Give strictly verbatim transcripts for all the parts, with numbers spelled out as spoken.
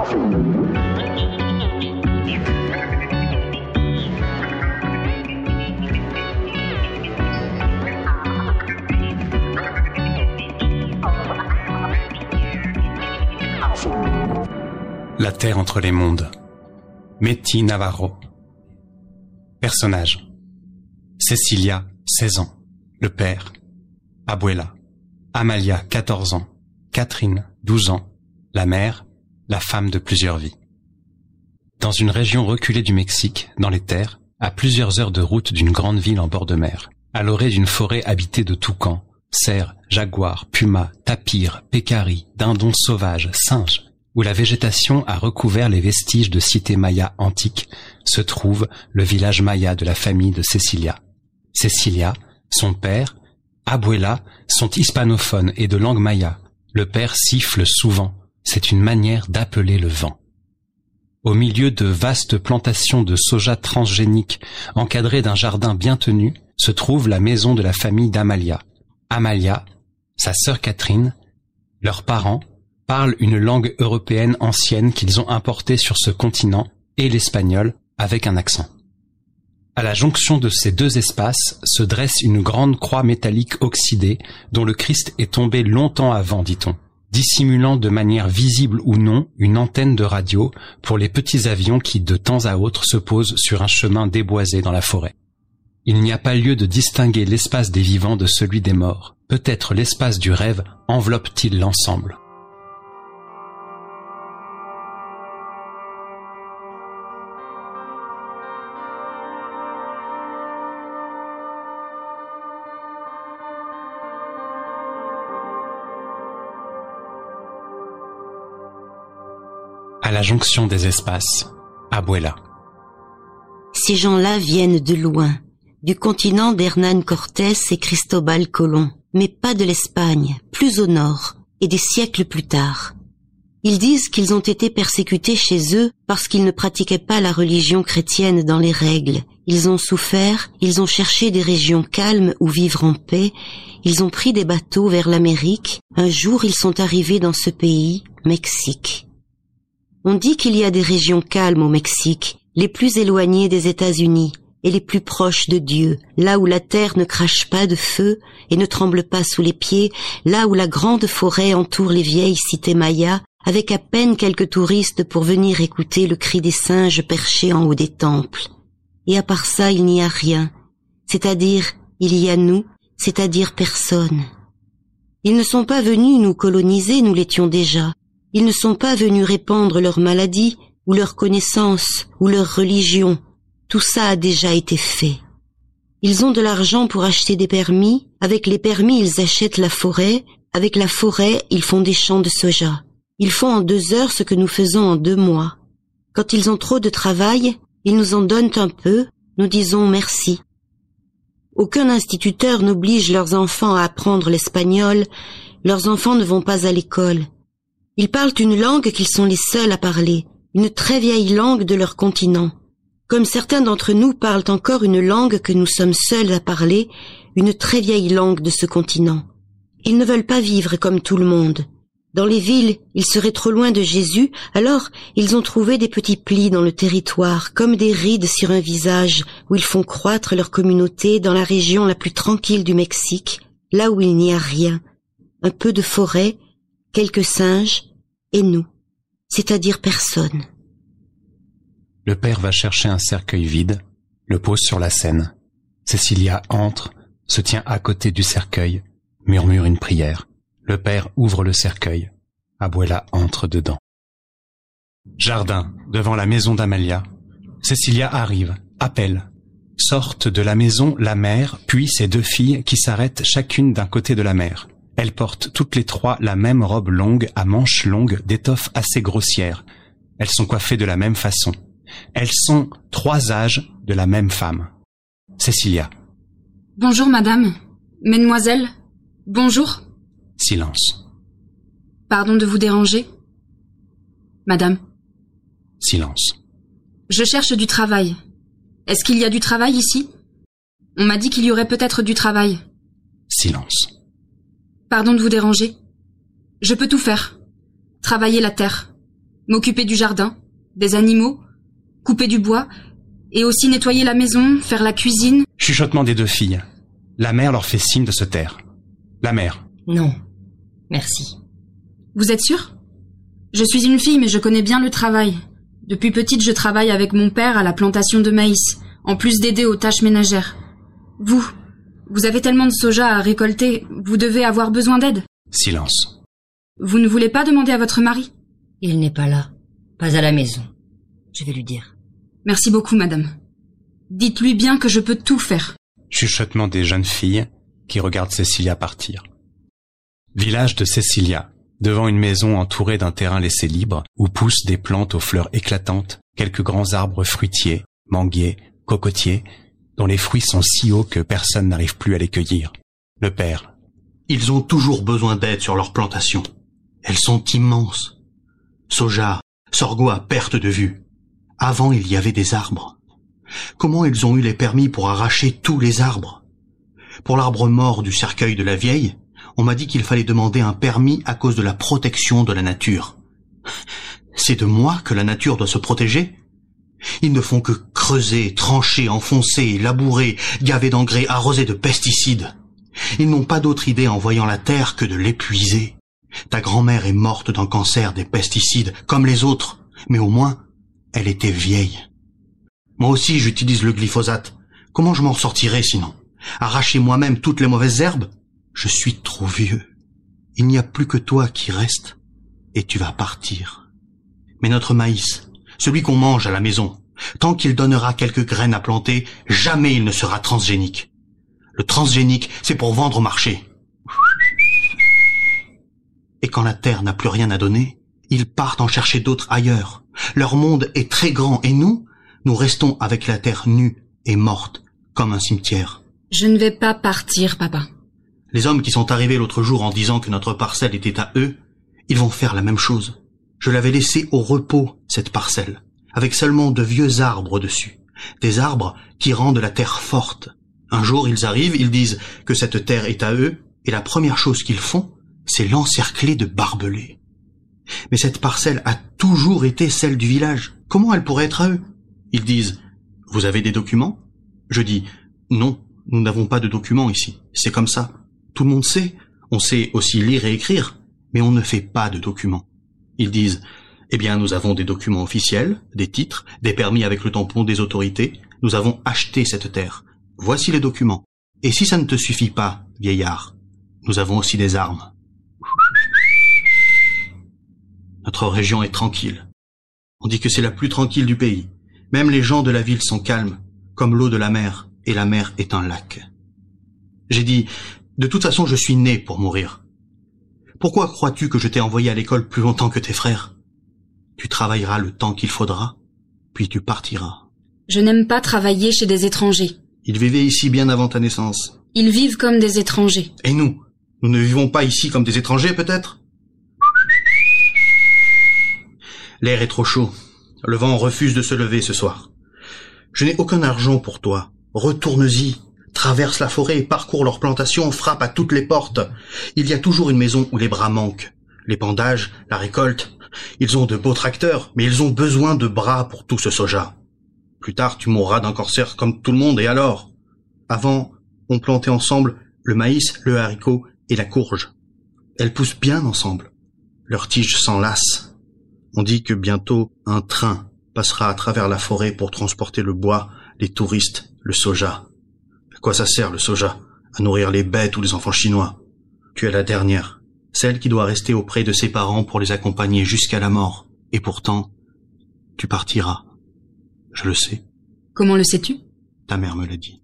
La Terre entre les mondes. Metty Navarro. Personnage. Cecilia, seize ans. Le père. Abuela. Amalia, quatorze ans. Catherine, douze ans. La mère, la femme de plusieurs vies. Dans une région reculée du Mexique, dans les terres, à plusieurs heures de route d'une grande ville en bord de mer, à l'orée d'une forêt habitée de toucans, cerfs, jaguars, pumas, tapirs, pécaris, dindons sauvages, singes, où la végétation a recouvert les vestiges de cités mayas antiques, se trouve le village maya de la famille de Cecilia. Cecilia, son père, Abuela, sont hispanophones et de langue maya. Le père siffle souvent, c'est une manière d'appeler le vent. Au milieu de vastes plantations de soja transgénique, encadrées d'un jardin bien tenu, se trouve la maison de la famille d'Amalia. Amalia, sa sœur Catherine, leurs parents, parlent une langue européenne ancienne qu'ils ont importée sur ce continent, et l'espagnol, avec un accent. À la jonction de ces deux espaces se dresse une grande croix métallique oxydée, dont le Christ est tombé longtemps avant, dit-on, dissimulant de manière visible ou non une antenne de radio pour les petits avions qui de temps à autre se posent sur un chemin déboisé dans la forêt. Il n'y a pas lieu de distinguer l'espace des vivants de celui des morts. Peut-être l'espace du rêve enveloppe-t-il l'ensemble. À la jonction des espaces, Abuela. Ces gens-là viennent de loin, du continent d'Hernán Cortés et Cristobal Colón, mais pas de l'Espagne, plus au nord, et des siècles plus tard. Ils disent qu'ils ont été persécutés chez eux parce qu'ils ne pratiquaient pas la religion chrétienne dans les règles. Ils ont souffert, ils ont cherché des régions calmes où vivre en paix, ils ont pris des bateaux vers l'Amérique. Un jour, ils sont arrivés dans ce pays, Mexique. On dit qu'il y a des régions calmes au Mexique, les plus éloignées des États-Unis et les plus proches de Dieu, là où la terre ne crache pas de feu et ne tremble pas sous les pieds, là où la grande forêt entoure les vieilles cités mayas, avec à peine quelques touristes pour venir écouter le cri des singes perchés en haut des temples. Et à part ça, il n'y a rien, c'est-à-dire il y a nous, c'est-à-dire personne. Ils ne sont pas venus nous coloniser, nous l'étions déjà. Ils ne sont pas venus répandre leur maladie, ou leur connaissance, ou leur religion. Tout ça a déjà été fait. Ils ont de l'argent pour acheter des permis. Avec les permis, ils achètent la forêt. Avec la forêt, ils font des champs de soja. Ils font en deux heures ce que nous faisons en deux mois. Quand ils ont trop de travail, ils nous en donnent un peu. Nous disons merci. Aucun instituteur n'oblige leurs enfants à apprendre l'espagnol. Leurs enfants ne vont pas à l'école. Ils parlent une langue qu'ils sont les seuls à parler, une très vieille langue de leur continent. Comme certains d'entre nous parlent encore une langue que nous sommes seuls à parler, une très vieille langue de ce continent. Ils ne veulent pas vivre comme tout le monde. Dans les villes, ils seraient trop loin de Jésus, alors ils ont trouvé des petits plis dans le territoire, comme des rides sur un visage, où ils font croître leur communauté dans la région la plus tranquille du Mexique, là où il n'y a rien. Un peu de forêt, quelques singes, et nous, c'est-à-dire personne. Le père va chercher un cercueil vide, le pose sur la scène. Cecilia entre, se tient à côté du cercueil, murmure une prière. Le père ouvre le cercueil. Abuela entre dedans. Jardin, devant la maison d'Amalia. Cecilia arrive, appelle. Sortent de la maison la mère, puis ses deux filles qui s'arrêtent chacune d'un côté de la mère. Elles portent toutes les trois la même robe longue à manches longues d'étoffe assez grossière. Elles sont coiffées de la même façon. Elles sont trois âges de la même femme. Cecilia. Bonjour madame, mesdemoiselles, bonjour. Silence. Pardon de vous déranger. Madame. Silence. Je cherche du travail. Est-ce qu'il y a du travail ici? On m'a dit qu'il y aurait peut-être du travail. Silence. Pardon de vous déranger. Je peux tout faire. Travailler la terre. m'occuper du jardin, des animaux, couper du bois, et aussi nettoyer la maison, faire la cuisine. Chuchotement des deux filles. La mère leur fait signe de se taire. La mère. Non, merci. Vous êtes sûre ? Je suis une fille, mais je connais bien le travail. Depuis petite, je travaille avec mon père à la plantation de maïs, en plus d'aider aux tâches ménagères. Vous, vous avez tellement de soja à récolter, vous devez avoir besoin d'aide. Silence. Vous ne voulez pas demander à votre mari ? Il n'est pas là. Pas à la maison. Je vais lui dire. Merci beaucoup, madame. Dites-lui bien que je peux tout faire. Chuchotement des jeunes filles qui regardent Cécilia partir. Village de Cécilia, devant une maison entourée d'un terrain laissé libre, où poussent des plantes aux fleurs éclatantes, quelques grands arbres fruitiers, manguiers, cocotiers, dont les fruits sont si hauts que personne n'arrive plus à les cueillir. Le père. Ils ont toujours besoin d'aide sur leurs plantations. Elles sont immenses. Soja, sorgho à perte de vue. Avant, il y avait des arbres. Comment ils ont eu les permis pour arracher tous les arbres ? Pour l'arbre mort du cercueil de la vieille, on m'a dit qu'il fallait demander un permis à cause de la protection de la nature. C'est de moi que la nature doit se protéger ? Ils ne font que creuser, trancher, enfoncer, labourer, gaver d'engrais, arroser de pesticides. Ils n'ont pas d'autre idée en voyant la terre que de l'épuiser. Ta grand-mère est morte d'un cancer des pesticides, comme les autres, mais au moins, elle était vieille. Moi aussi, j'utilise le glyphosate. Comment je m'en sortirai sinon ? Arracher moi-même toutes les mauvaises herbes ? Je suis trop vieux. Il n'y a plus que toi qui reste, et tu vas partir. Mais notre maïs, celui qu'on mange à la maison, tant qu'il donnera quelques graines à planter, jamais il ne sera transgénique. Le transgénique, c'est pour vendre au marché. Et quand la terre n'a plus rien à donner, ils partent en chercher d'autres ailleurs. Leur monde est très grand et nous, nous restons avec la terre nue et morte, comme un cimetière. Je ne vais pas partir, papa. Les hommes qui sont arrivés l'autre jour en disant que notre parcelle était à eux, ils vont faire la même chose. Je l'avais laissée au repos, cette parcelle, avec seulement de vieux arbres dessus. Des arbres qui rendent la terre forte. Un jour, ils arrivent, ils disent que cette terre est à eux, et la première chose qu'ils font, c'est l'encercler de barbelés. Mais cette parcelle a toujours été celle du village. Comment elle pourrait être à eux ? Ils disent « Vous avez des documents ?» Je dis « Non, nous n'avons pas de documents ici. C'est comme ça. Tout le monde sait. On sait aussi lire et écrire, mais on ne fait pas de documents. » Ils disent « Eh bien, nous avons des documents officiels, des titres, des permis avec le tampon des autorités. Nous avons acheté cette terre. Voici les documents. Et si ça ne te suffit pas, vieillard, nous avons aussi des armes. » Notre région est tranquille. On dit que c'est la plus tranquille du pays. Même les gens de la ville sont calmes, comme l'eau de la mer, et la mer est un lac. J'ai dit, de toute façon je suis né pour mourir. Pourquoi crois-tu que je t'ai envoyé à l'école plus longtemps que tes frères ? Tu travailleras le temps qu'il faudra, puis tu partiras. Je n'aime pas travailler chez des étrangers. Ils vivaient ici bien avant ta naissance. Ils vivent comme des étrangers. Et nous ? Nous ne vivons pas ici comme des étrangers, peut-être ? L'air est trop chaud. Le vent refuse de se lever ce soir. Je n'ai aucun argent pour toi. Retourne-y. Traverse la forêt, parcours leurs plantations, frappe à toutes les portes. Il y a toujours une maison où les bras manquent. L'épandage, la récolte. Ils ont de beaux tracteurs, mais ils ont besoin de bras pour tout ce soja. Plus tard, tu mourras d'un cancer comme tout le monde, et alors ? Avant, on plantait ensemble le maïs, le haricot et la courge. Elles poussent bien ensemble. Leurs tiges s'enlacent. On dit que bientôt, un train passera à travers la forêt pour transporter le bois, les touristes, le soja. À quoi ça sert le soja ? À nourrir les bêtes ou les enfants chinois. Tu es la dernière, celle qui doit rester auprès de ses parents pour les accompagner jusqu'à la mort. Et pourtant, tu partiras. Je le sais. Comment le sais-tu ? Ta mère me l'a dit.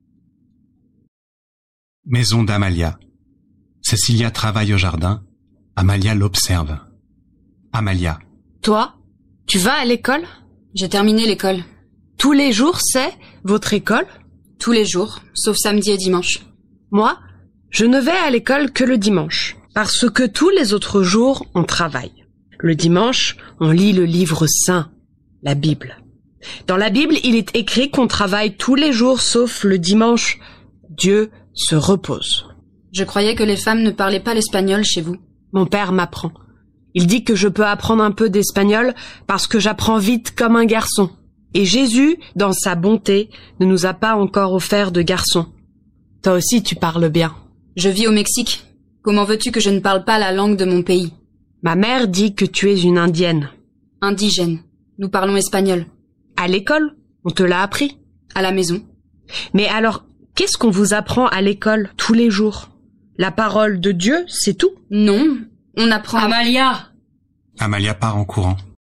Maison d'Amalia. Cécilia travaille au jardin. Amalia l'observe. Amalia. Toi, tu vas à l'école ? J'ai terminé l'école. Tous les jours, c'est votre école ? Tous les jours, sauf samedi et dimanche. Moi, je ne vais à l'école que le dimanche, parce que tous les autres jours, on travaille. Le dimanche, on lit le livre saint, la Bible. Dans la Bible, il est écrit qu'on travaille tous les jours sauf le dimanche. Dieu se repose. Je croyais que les femmes ne parlaient pas l'espagnol chez vous. Mon père m'apprend. Il dit que je peux apprendre un peu d'espagnol parce que j'apprends vite comme un garçon. Et Jésus, dans sa bonté, ne nous a pas encore offert de garçons. Toi aussi, tu parles bien. Je vis au Mexique. Comment veux-tu que je ne parle pas la langue de mon pays? Ma mère dit que tu es une indienne. Indigène. Nous parlons espagnol. À l'école, on te l'a appris. À la maison. Mais alors, qu'est-ce qu'on vous apprend à l'école tous les jours? La parole de Dieu, c'est tout? Non, on apprend... Amalia! Amalia part en courant.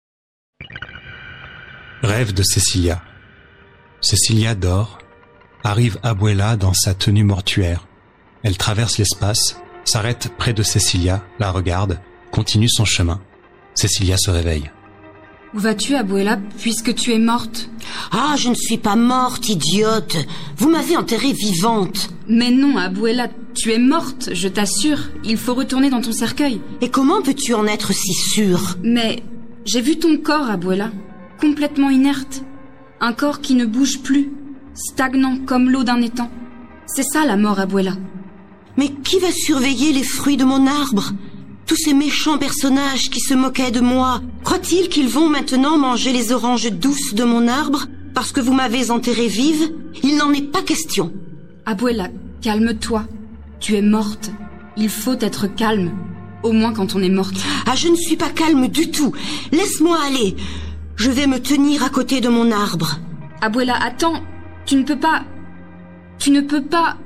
Rêve de Cecilia. Cecilia dort. Arrive Abuela dans sa tenue mortuaire. Elle traverse l'espace, s'arrête près de Cecilia, la regarde, continue son chemin. Cecilia se réveille. Où vas-tu, Abuela, puisque tu es morte? Ah, je ne suis pas morte, idiote. Vous m'avez enterrée vivante. Mais non, Abuela, tu es morte, je t'assure. Il faut retourner dans ton cercueil. Et comment peux-tu en être si sûre? Mais j'ai vu ton corps, Abuela, complètement inerte. Un corps qui ne bouge plus, stagnant comme l'eau d'un étang. C'est ça la mort, Abuela. Mais qui va surveiller les fruits de mon arbre? Tous ces méchants personnages qui se moquaient de moi, croient-ils qu'ils vont maintenant manger les oranges douces de mon arbre parce que vous m'avez enterrée vive? Il n'en est pas question. Abuela, calme-toi. Tu es morte. Il faut être calme. Au moins quand on est morte. Ah, je ne suis pas calme du tout. Laisse-moi aller. Je vais me tenir à côté de mon arbre. Abuela, attends. Tu ne peux pas... Tu ne peux pas...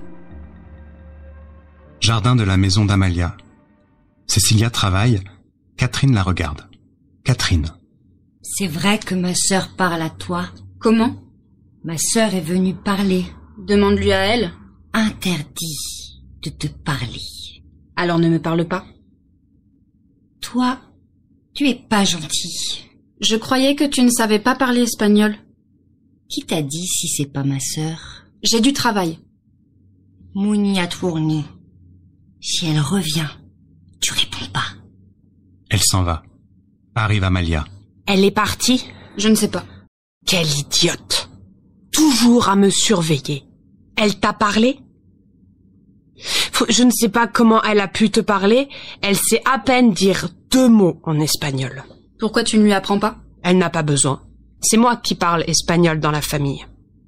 Jardin de la maison d'Amalia. Cecilia travaille. Catherine la regarde. Catherine. C'est vrai que ma sœur parle à toi. Comment? Ma sœur est venue parler. Demande-lui à elle. Interdit de te parler. Alors ne me parle pas. Toi, tu es pas gentil. Je croyais que tu ne savais pas parler espagnol. Qui t'a dit si c'est pas ma sœur? J'ai du travail. Mouni a tourné. Si elle revient, tu réponds pas. Elle s'en va. Arrive Amalia. Elle est partie? Je ne sais pas. Quelle idiote! Toujours à me surveiller. Elle t'a parlé? Faut- Je ne sais pas comment elle a pu te parler. Elle sait à peine dire deux mots en espagnol. Pourquoi tu ne lui apprends pas? Elle n'a pas besoin. C'est moi qui parle espagnol dans la famille.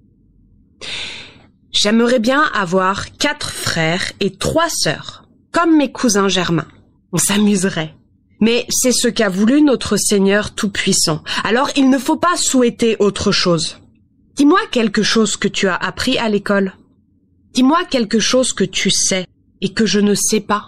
J'aimerais bien avoir quatre frères et trois sœurs, comme mes cousins germains. On s'amuserait. Mais c'est ce qu'a voulu notre Seigneur Tout-Puissant. Alors il ne faut pas souhaiter autre chose. Dis-moi quelque chose que tu as appris à l'école. Dis-moi quelque chose que tu sais et que je ne sais pas.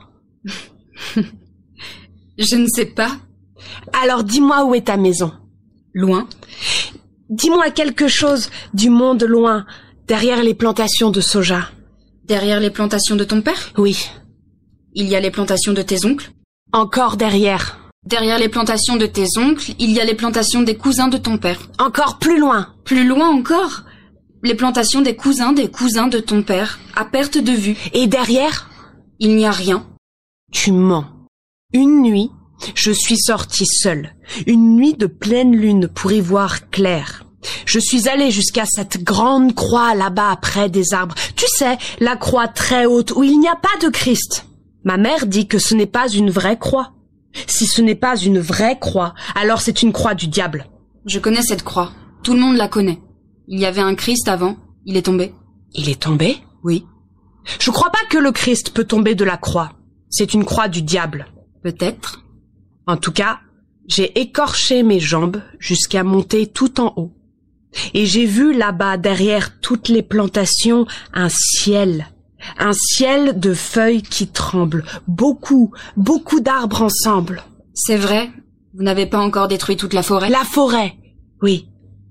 Je ne sais pas. Alors dis-moi où est ta maison. Loin. Dis-moi quelque chose du monde loin, derrière les plantations de soja. Derrière les plantations de ton père? Oui, Il y a les plantations de tes oncles. encore derrière. Derrière les plantations de tes oncles, il y a les plantations des cousins de ton père. Encore plus loin. Plus loin encore, les plantations des cousins des cousins de ton père, à perte de vue. Et derrière, Il n'y a rien. tu mens. Une nuit, je suis sortie seule. Une nuit de pleine lune pour y voir clair. Je suis allée jusqu'à cette grande croix là-bas près des arbres. Tu sais, la croix très haute où il n'y a pas de Christ. Ma mère dit que ce n'est pas une vraie croix. Si ce n'est pas une vraie croix, alors c'est une croix du diable. Je connais cette croix. Tout le monde la connaît. Il y avait un Christ avant. Il est tombé. Il est tombé? Oui. Je crois pas que le Christ peut tomber de la croix. C'est une croix du diable. Peut-être. En tout cas, j'ai écorché mes jambes jusqu'à monter tout en haut. Et j'ai vu là-bas, derrière toutes les plantations, un ciel. Un ciel de feuilles qui tremblent. Beaucoup, beaucoup d'arbres ensemble. C'est vrai. Vous n'avez pas encore détruit toute la forêt. La forêt, oui.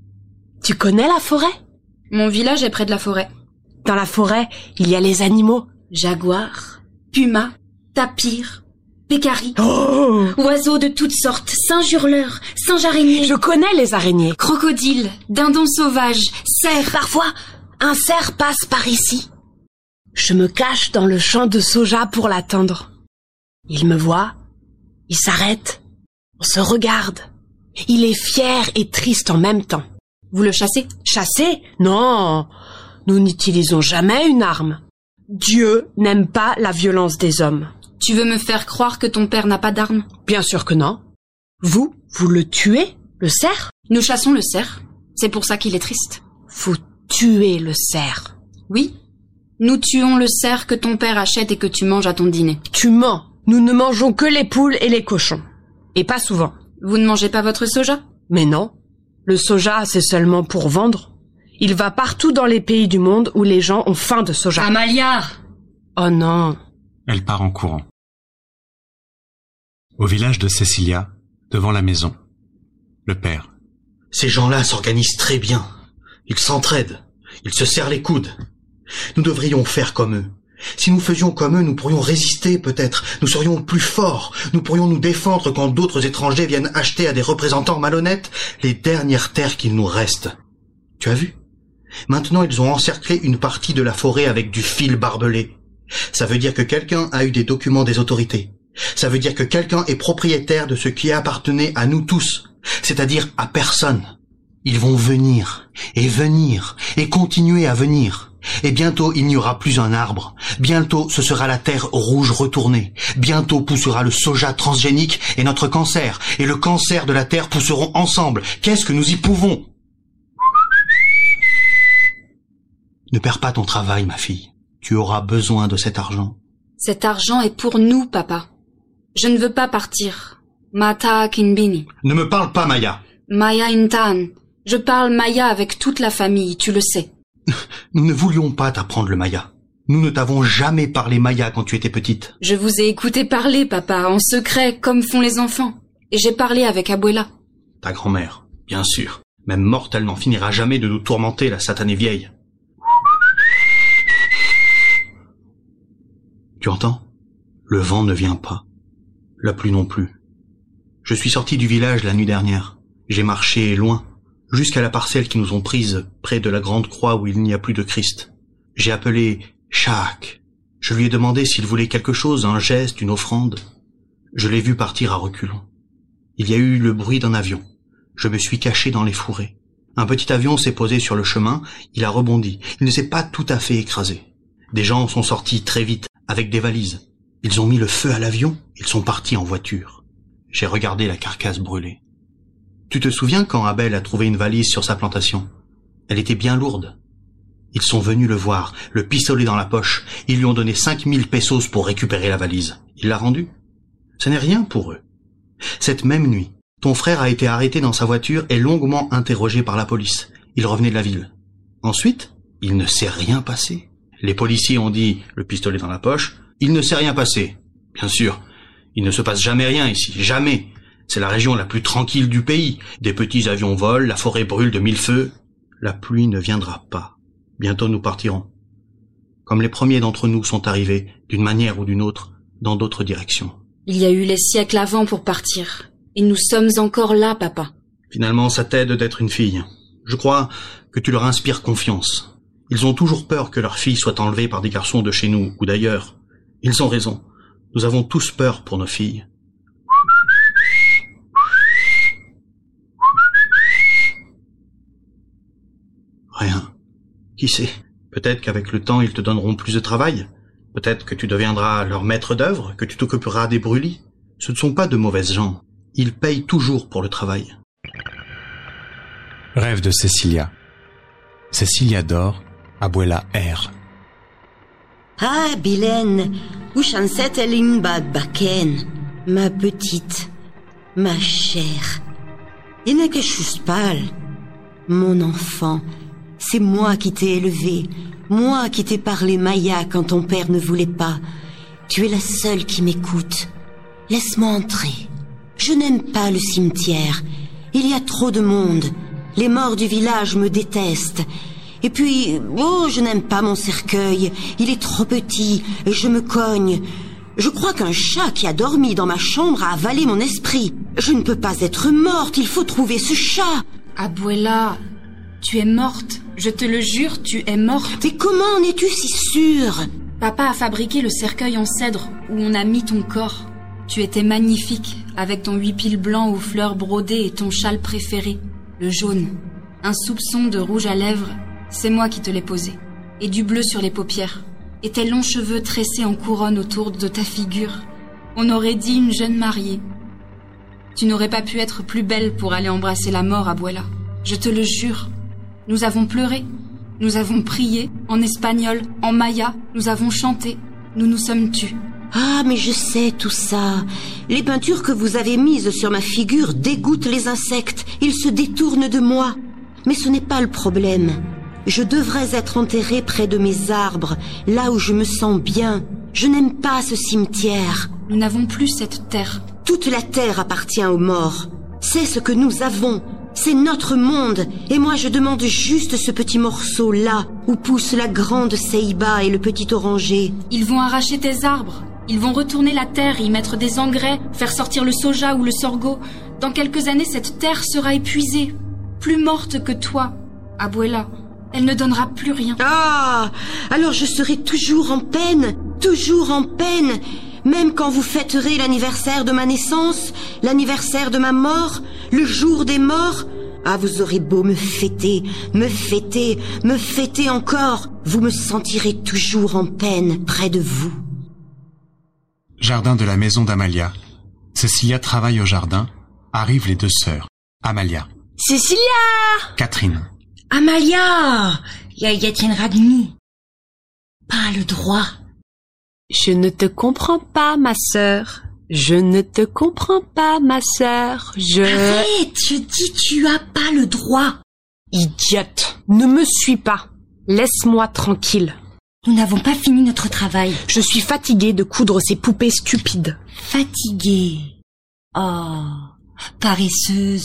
Tu connais la forêt? Mon village est près de la forêt. Dans la forêt, il y a les animaux. Jaguars, pumas, tapirs, pécaris, Oh! oiseaux de toutes sortes, singes hurleurs, singes araignées, Je connais les araignées. crocodiles, dindons sauvages, cerfs. Parfois, un cerf passe par ici. Je me cache dans le champ de soja pour l'attendre. Il me voit, il s'arrête, on se regarde. Il est fier et triste en même temps. Vous le chassez? Chasser? Non, nous n'utilisons jamais une arme. Dieu n'aime pas la violence des hommes. Tu veux me faire croire que ton père n'a pas d'armes? Bien sûr que non. Vous, vous le tuez, le cerf? Nous chassons le cerf. C'est pour ça qu'il est triste. Vous tuez le cerf? Oui. Nous tuons le cerf que ton père achète et que tu manges à ton dîner. Tu mens. Nous ne mangeons que les poules et les cochons. Et pas souvent. Vous ne mangez pas votre soja? Mais non. Le soja, c'est seulement pour vendre. Il va partout dans les pays du monde où les gens ont faim de soja. Amalia! Oh non. Elle part en courant. Au village de Cecilia, devant la maison, le père. Ces gens-là s'organisent très bien. Ils s'entraident. Ils se serrent les coudes. Nous devrions faire comme eux. Si nous faisions comme eux, nous pourrions résister peut-être. Nous serions plus forts. Nous pourrions nous défendre quand d'autres étrangers viennent acheter à des représentants malhonnêtes les dernières terres qu'il nous reste. Tu as vu? Maintenant, ils ont encerclé une partie de la forêt avec du fil barbelé. Ça veut dire que quelqu'un a eu des documents des autorités. Ça veut dire que quelqu'un est propriétaire de ce qui appartenait à nous tous, c'est-à-dire à personne. Ils vont venir, et venir, et continuer à venir. Et bientôt, il n'y aura plus un arbre. Bientôt, ce sera la terre rouge retournée. Bientôt poussera le soja transgénique et notre cancer. Et le cancer de la terre pousseront ensemble. Qu'est-ce que nous y pouvons? Ne perds pas ton travail, ma fille. Tu auras besoin de cet argent. Cet argent est pour nous, papa. Je ne veux pas partir. Mata Kinbini. Ne me parle pas, Maya. Maya Intan. Je parle Maya avec toute la famille, tu le sais. Nous ne voulions pas t'apprendre le Maya. Nous ne t'avons jamais parlé Maya quand tu étais petite. Je vous ai écouté parler, papa, en secret, comme font les enfants. Et j'ai parlé avec Abuela. Ta grand-mère, bien sûr. Même morte, elle n'en finira jamais de nous tourmenter, la satanée vieille. Tu entends? Le vent ne vient pas. La pluie non plus. Je suis sorti du village la nuit dernière. J'ai marché loin, jusqu'à la parcelle qui nous ont prise, près de la grande croix où il n'y a plus de Christ. J'ai appelé Shaak. Je lui ai demandé s'il voulait quelque chose, un geste, une offrande. Je l'ai vu partir à reculons. Il y a eu le bruit d'un avion. Je me suis caché dans les fourrés. Un petit avion s'est posé sur le chemin, il a rebondi. Il ne s'est pas tout à fait écrasé. Des gens sont sortis très vite, avec des valises. Ils ont mis le feu à l'avion, ils sont partis en voiture. J'ai regardé la carcasse brûlée. Tu te souviens quand Abel a trouvé une valise sur sa plantation? Elle était bien lourde. Ils sont venus le voir, le pistolet dans la poche. Ils lui ont donné cinq mille pesos pour récupérer la valise. Il l'a rendue. Ce n'est rien pour eux. Cette même nuit, ton frère a été arrêté dans sa voiture et longuement interrogé par la police. Il revenait de la ville. Ensuite, il ne s'est rien passé. Les policiers ont dit, le pistolet dans la poche, il ne s'est rien passé. Bien sûr, il ne se passe jamais rien ici, jamais. C'est la région la plus tranquille du pays. Des petits avions volent, la forêt brûle de mille feux. La pluie ne viendra pas. Bientôt nous partirons. Comme les premiers d'entre nous sont arrivés, d'une manière ou d'une autre, dans d'autres directions. Il y a eu les siècles avant pour partir. Et nous sommes encore là, papa. Finalement, ça t'aide d'être une fille. Je crois que tu leur inspires confiance. Ils ont toujours peur que leur fille soit enlevée par des garçons de chez nous ou d'ailleurs. Ils ont raison. Nous avons tous peur pour nos filles. Rien. Qui sait? Peut-être qu'avec le temps, ils te donneront plus de travail. Peut-être que tu deviendras leur maître d'œuvre, que tu t'occuperas des brûlis. Ce ne sont pas de mauvaises gens. Ils payent toujours pour le travail. Rêve de Cecilia. Cecilia dort, Abuela erre. Ah, Bilène, Ushanset Elimbad Baken, ma petite, ma chère. Il n'est que Chuspal, mon enfant. C'est moi qui t'ai élevé, moi qui t'ai parlé Maya quand ton père ne voulait pas. Tu es la seule qui m'écoute. Laisse-moi entrer. Je n'aime pas le cimetière. Il y a trop de monde. Les morts du village me détestent. Et puis, oh, je n'aime pas mon cercueil. Il est trop petit et je me cogne. Je crois qu'un chat qui a dormi dans ma chambre a avalé mon esprit. Je ne peux pas être morte, il faut trouver ce chat. Abuela, tu es morte. Je te le jure, tu es morte. Mais comment en es-tu si sûre? Papa a fabriqué le cercueil en cèdre où on a mis ton corps. Tu étais magnifique, avec ton huipil blanc aux fleurs brodées et ton châle préféré, le jaune. Un soupçon de rouge à lèvres, c'est moi qui te l'ai posé. Et du bleu sur les paupières. Et tes longs cheveux tressés en couronne autour de ta figure. On aurait dit une jeune mariée. Tu n'aurais pas pu être plus belle pour aller embrasser la mort, Abuela. Je te le jure. Nous avons pleuré, nous avons prié, en espagnol, en maya, nous avons chanté, nous nous sommes tus. Ah, mais je sais tout ça. Les peintures que vous avez mises sur ma figure dégoûtent les insectes. Ils se détournent de moi. Mais ce n'est pas le problème. Je devrais être enterrée près de mes arbres, là où je me sens bien. Je n'aime pas ce cimetière. Nous n'avons plus cette terre. Toute la terre appartient aux morts. C'est ce que nous avons. C'est notre monde. Et moi, je demande juste ce petit morceau-là, où pousse la grande ceiba et le petit oranger. Ils vont arracher tes arbres. Ils vont retourner la terre, y mettre des engrais, faire sortir le soja ou le sorgho. Dans quelques années, cette terre sera épuisée. Plus morte que toi, Abuela. Elle ne donnera plus rien. Ah, alors je serai toujours en peine, toujours en peine. Même quand vous fêterez l'anniversaire de ma naissance, l'anniversaire de ma mort, le jour des morts. Ah, vous aurez beau me fêter, me fêter, me fêter encore. Vous me sentirez toujours en peine près de vous. Jardin de la maison d'Amalia. Cecilia travaille au jardin. Arrivent les deux sœurs. Amalia. Cecilia! Catherine. Amalia! Yayatin Ragni. Pas le droit. Je ne te comprends pas, ma sœur. Je ne te comprends pas, ma sœur. Je... Arrête, je dis tu as pas le droit. Idiote, ne me suis pas. Laisse-moi tranquille. Nous n'avons pas fini notre travail. Je suis fatiguée de coudre ces poupées stupides. Fatiguée. Oh, paresseuse.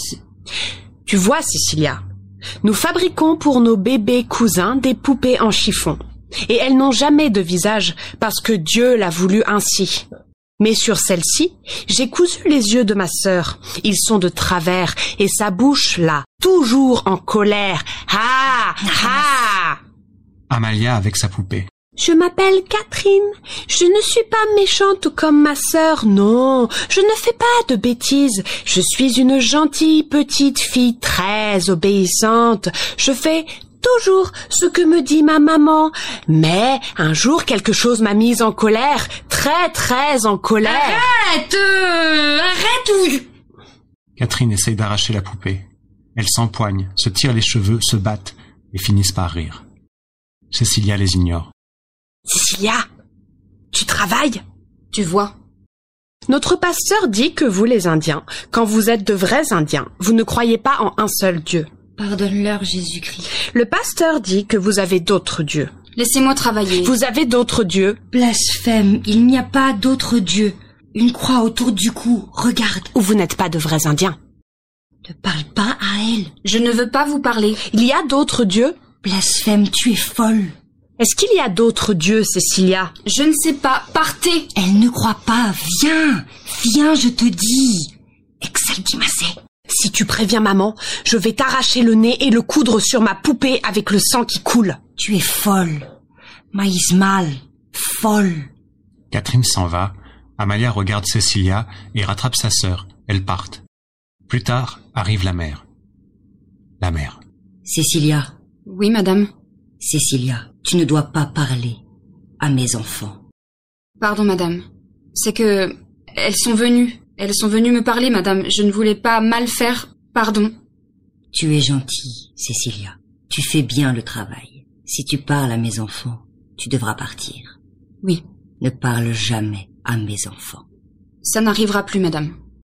Tu vois, Cecilia, nous fabriquons pour nos bébés cousins des poupées en chiffon. Et elles n'ont jamais de visage parce que Dieu l'a voulu ainsi. Mais sur celle-ci, j'ai cousu les yeux de ma sœur. Ils sont de travers et sa bouche, là, toujours en colère. Ah! Ah! Amalia avec sa poupée. Je m'appelle Catherine. Je ne suis pas méchante comme ma sœur, non. Je ne fais pas de bêtises. Je suis une gentille petite fille très obéissante. Je fais toujours ce que me dit ma maman. Mais un jour, quelque chose m'a mise en colère. Très, très en colère. Arrête! Euh, arrête! Catherine essaye d'arracher la poupée. Elle s'empoigne, se tire les cheveux, se battent et finissent par rire. Cecilia les ignore. Cecilia, tu travailles? Tu vois. Notre pasteur dit que vous, les Indiens, quand vous êtes de vrais Indiens, vous ne croyez pas en un seul Dieu. Pardonne-leur, Jésus-Christ. Le pasteur dit que vous avez d'autres dieux. Laissez-moi travailler. Vous avez d'autres dieux? Blasphème, il n'y a pas d'autre Dieu. Une croix autour du cou, regarde. Ou vous n'êtes pas de vrais Indiens? Ne parle pas à elle. Je ne veux pas vous parler. Il y a d'autres dieux? Blasphème, tu es folle. Est-ce qu'il y a d'autres dieux, Cecilia? Je ne sais pas. Partez. Elle ne croit pas. Viens. Viens, je te dis. Exaltimase. Si tu préviens maman, je vais t'arracher le nez et le coudre sur ma poupée avec le sang qui coule. Tu es folle. Maïs mal. Folle. Catherine s'en va. Amalia regarde Cecilia et rattrape sa sœur. Elles partent. Plus tard, arrive la mère. La mère. Cecilia. Oui, madame. Cecilia, tu ne dois pas parler à mes enfants. Pardon, madame. C'est que... Elles sont venues. Elles sont venues me parler, madame. Je ne voulais pas mal faire. Pardon. Tu es gentille, Cecilia. Tu fais bien le travail. Si tu parles à mes enfants, tu devras partir. Oui. Ne parle jamais à mes enfants. Ça n'arrivera plus, madame.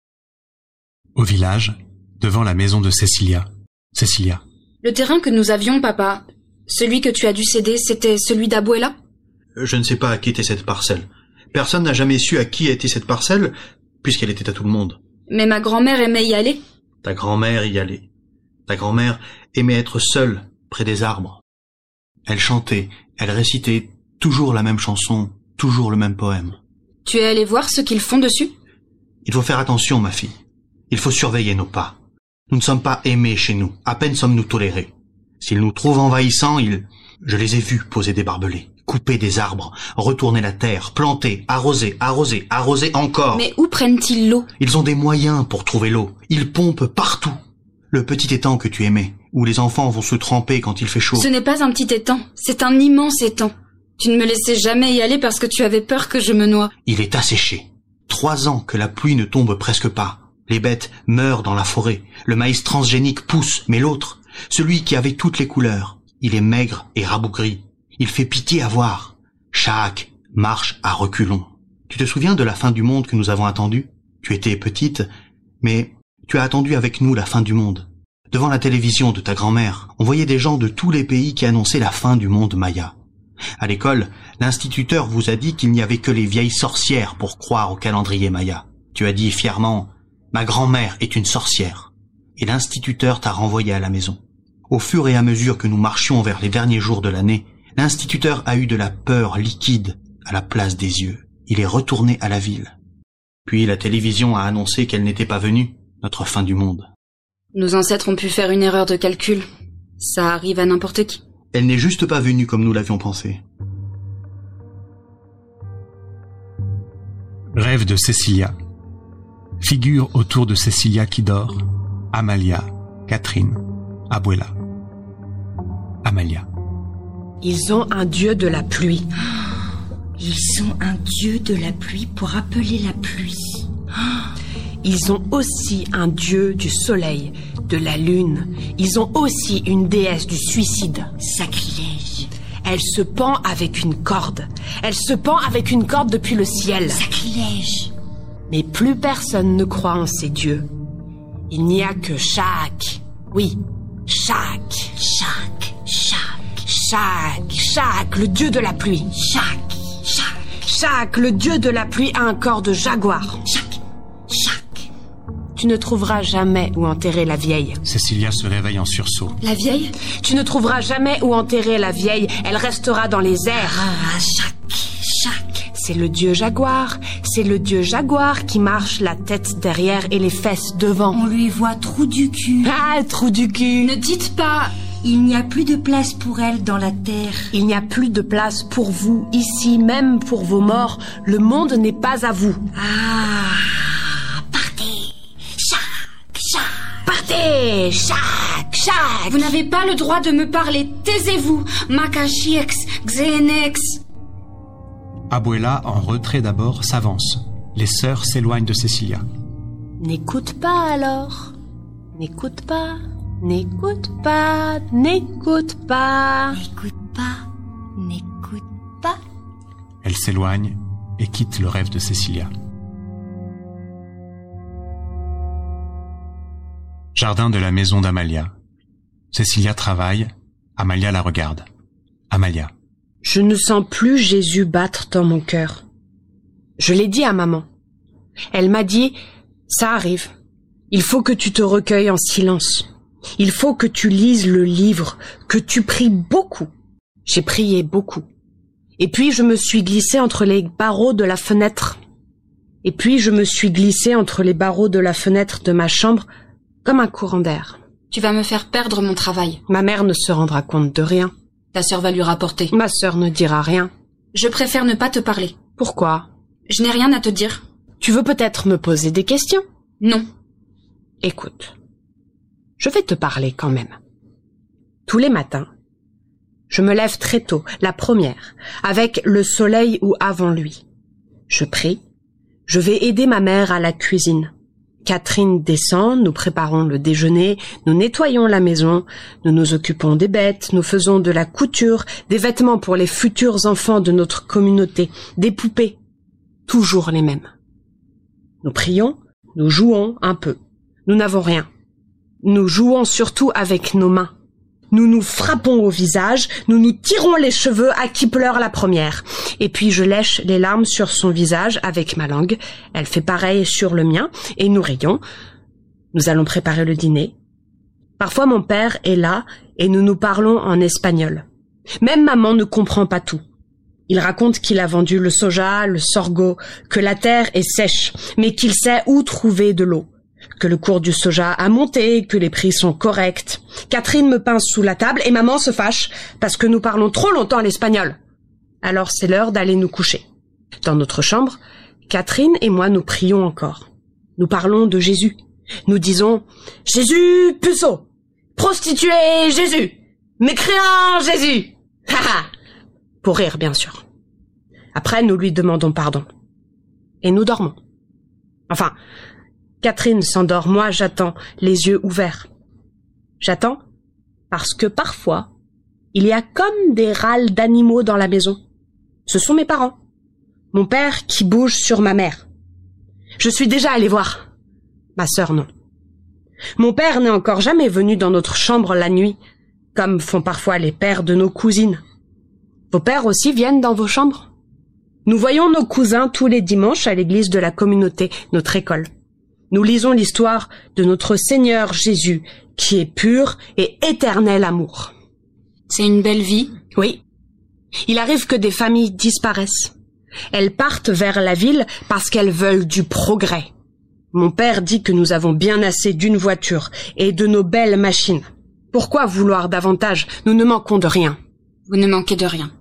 Au village, devant la maison de Cecilia. Cecilia. Le terrain que nous avions, papa, celui que tu as dû céder, c'était celui d'Abuela? Je ne sais pas à qui était cette parcelle. Personne n'a jamais su à qui était cette parcelle, puisqu'elle était à tout le monde. Mais ma grand-mère aimait y aller. Ta grand-mère y allait. Ta grand-mère aimait être seule, près des arbres. Elle chantait, elle récitait toujours la même chanson, toujours le même poème. Tu es allé voir ce qu'ils font dessus? Il faut faire attention, ma fille. Il faut surveiller nos pas. Nous ne sommes pas aimés chez nous, à peine sommes-nous tolérés. S'ils nous trouvent envahissants, ils... Je les ai vus poser des barbelés, couper des arbres, retourner la terre, planter, arroser, arroser, arroser encore. Mais où prennent-ils l'eau? Ils ont des moyens pour trouver l'eau. Ils pompent partout. Le petit étang que tu aimais, où les enfants vont se tremper quand il fait chaud. Ce n'est pas un petit étang, c'est un immense étang. Tu ne me laissais jamais y aller parce que tu avais peur que je me noie. Il est asséché. trois ans que la pluie ne tombe presque pas. Les bêtes meurent dans la forêt. Le maïs transgénique pousse, mais l'autre, celui qui avait toutes les couleurs, il est maigre et rabougri. Il fait pitié à voir. Chaque marche à reculons. Tu te souviens de la fin du monde que nous avons attendue? Tu étais petite, mais tu as attendu avec nous la fin du monde. Devant la télévision de ta grand-mère, on voyait des gens de tous les pays qui annonçaient la fin du monde maya. À l'école, l'instituteur vous a dit qu'il n'y avait que les vieilles sorcières pour croire au calendrier maya. Tu as dit fièrement « Ma grand-mère est une sorcière » et l'instituteur t'a renvoyé à la maison. Au fur et à mesure que nous marchions vers les derniers jours de l'année, l'instituteur a eu de la peur liquide à la place des yeux. Il est retourné à la ville. Puis la télévision a annoncé qu'elle n'était pas venue, notre fin du monde. Nos ancêtres ont pu faire une erreur de calcul. Ça arrive à n'importe qui. Elle n'est juste pas venue comme nous l'avions pensé. Rêve de Cecilia. Figure autour de Cecilia qui dort. Amalia, Catherine, Abuela. Amalia. Ils ont un dieu de la pluie. Ils ont un dieu de la pluie pour appeler la pluie. Ils ont aussi un dieu du soleil, de la lune. Ils ont aussi une déesse du suicide. Sacrilège. Elle se pend avec une corde. Elle se pend avec une corde depuis le ciel. Sacrilège. Mais plus personne ne croit en ces dieux. Il n'y a que Chaque. Oui, Chaque. Chaque, chaque. Chaque, Chaque, le dieu de la pluie. Chaque, chaque. Chaque, le dieu de la pluie, a un corps de jaguar. Chaque, chaque. Tu ne trouveras jamais où enterrer la vieille. Cecilia se réveille en sursaut. La vieille? Tu ne trouveras jamais où enterrer la vieille. Elle restera dans les airs. Ah, chaque, chaque. C'est le dieu jaguar. C'est le dieu jaguar qui marche la tête derrière et les fesses devant. On lui voit trou du cul. Ah, trou du cul. Ne dites pas... Il n'y a plus de place pour elle dans la terre. Il n'y a plus de place pour vous ici, même pour vos morts. Le monde n'est pas à vous. Ah, partez. Chaque, chaque. Partez, Chaque, Chaque. Vous n'avez pas le droit de me parler. Taisez-vous. Makashiex, Xenex. Abuela, en retrait d'abord, s'avance. Les sœurs s'éloignent de Cecilia. N'écoute pas alors. N'écoute pas. N'écoute pas. N'écoute pas. N'écoute pas. N'écoute pas. Elle s'éloigne et quitte le rêve de Cecilia. Jardin de la maison d'Amalia. Cecilia travaille. Amalia la regarde. Amalia. Je ne sens plus Jésus battre dans mon cœur. Je l'ai dit à maman. Elle m'a dit, ça arrive. Il faut que tu te recueilles en silence. Il faut que tu lises le livre, que tu pries beaucoup. J'ai prié beaucoup. Et puis je me suis glissée entre les barreaux de la fenêtre. Et puis je me suis glissée entre les barreaux de la fenêtre de ma chambre comme un courant d'air. Tu vas me faire perdre mon travail. Ma mère ne se rendra compte de rien. Ta sœur va lui rapporter. Ma sœur ne dira rien. Je préfère ne pas te parler. Pourquoi? Je n'ai rien à te dire. Tu veux peut-être me poser des questions? Non. Écoute. Je vais te parler quand même. Tous les matins, je me lève très tôt, la première, avec le soleil ou avant lui. Je prie. Je vais aider ma mère à la cuisine. Catherine descend, nous préparons le déjeuner, nous nettoyons la maison, nous nous occupons des bêtes, nous faisons de la couture, des vêtements pour les futurs enfants de notre communauté, des poupées, toujours les mêmes. Nous prions, nous jouons un peu. Nous n'avons rien. Nous jouons surtout avec nos mains. Nous nous frappons au visage, nous nous tirons les cheveux à qui pleure la première. Et puis je lèche les larmes sur son visage avec ma langue. Elle fait pareil sur le mien et nous rions. Nous allons préparer le dîner. Parfois mon père est là et nous nous parlons en espagnol. Même maman ne comprend pas tout. Il raconte qu'il a vendu le soja, le sorgho, que la terre est sèche, mais qu'il sait où trouver de l'eau. Que le cours du soja a monté, que les prix sont corrects. Catherine me pince sous la table et maman se fâche parce que nous parlons trop longtemps l'espagnol. Alors c'est l'heure d'aller nous coucher. Dans notre chambre, Catherine et moi nous prions encore. Nous parlons de Jésus. Nous disons « Jésus puceau, prostituée Jésus, mécréant Jésus !» Haha. Pour rire bien sûr. Après nous lui demandons pardon. Et nous dormons. Enfin, Catherine s'endort, moi j'attends, les yeux ouverts. J'attends parce que parfois, il y a comme des râles d'animaux dans la maison. Ce sont mes parents. Mon père qui bouge sur ma mère. Je suis déjà allée voir. Ma sœur, non. Mon père n'est encore jamais venu dans notre chambre la nuit, comme font parfois les pères de nos cousines. Vos pères aussi viennent dans vos chambres? Nous voyons nos cousins tous les dimanches à l'église de la communauté, notre école. Nous lisons l'histoire de notre Seigneur Jésus, qui est pur et éternel amour. C'est une belle vie? Oui. Il arrive que des familles disparaissent. Elles partent vers la ville parce qu'elles veulent du progrès. Mon père dit que nous avons bien assez d'une voiture et de nos belles machines. Pourquoi vouloir davantage? Nous ne manquons de rien. Vous ne manquez de rien.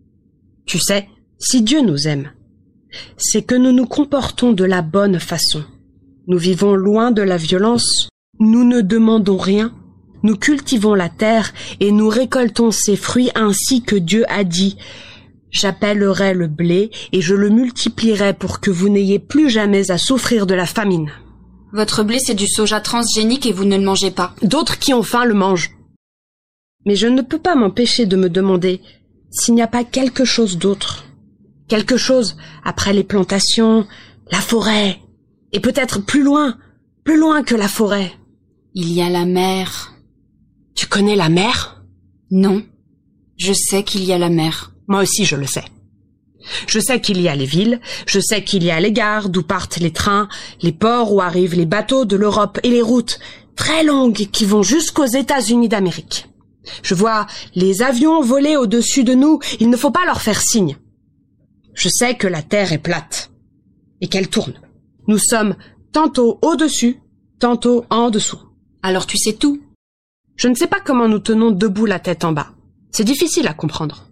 Tu sais, si Dieu nous aime, c'est que nous nous comportons de la bonne façon. Nous vivons loin de la violence, nous ne demandons rien, nous cultivons la terre et nous récoltons ses fruits ainsi que Dieu a dit. J'appellerai le blé et je le multiplierai pour que vous n'ayez plus jamais à souffrir de la famine. Votre blé, c'est du soja transgénique et vous ne le mangez pas. D'autres qui ont faim le mangent. Mais je ne peux pas m'empêcher de me demander s'il n'y a pas quelque chose d'autre. Quelque chose après les plantations, la forêt, et peut-être plus loin, plus loin que la forêt. Il y a la mer. Tu connais la mer? Non. Je sais qu'il y a la mer. Moi aussi, je le sais. Je sais qu'il y a les villes, je sais qu'il y a les gares d'où partent les trains, les ports où arrivent les bateaux de l'Europe et les routes très longues qui vont jusqu'aux États-Unis d'Amérique. Je vois les avions voler au-dessus de nous, il ne faut pas leur faire signe. Je sais que la Terre est plate et qu'elle tourne. Nous sommes tantôt au-dessus, tantôt en dessous. Alors tu sais tout. Je ne sais pas comment nous tenons debout la tête en bas. C'est difficile à comprendre.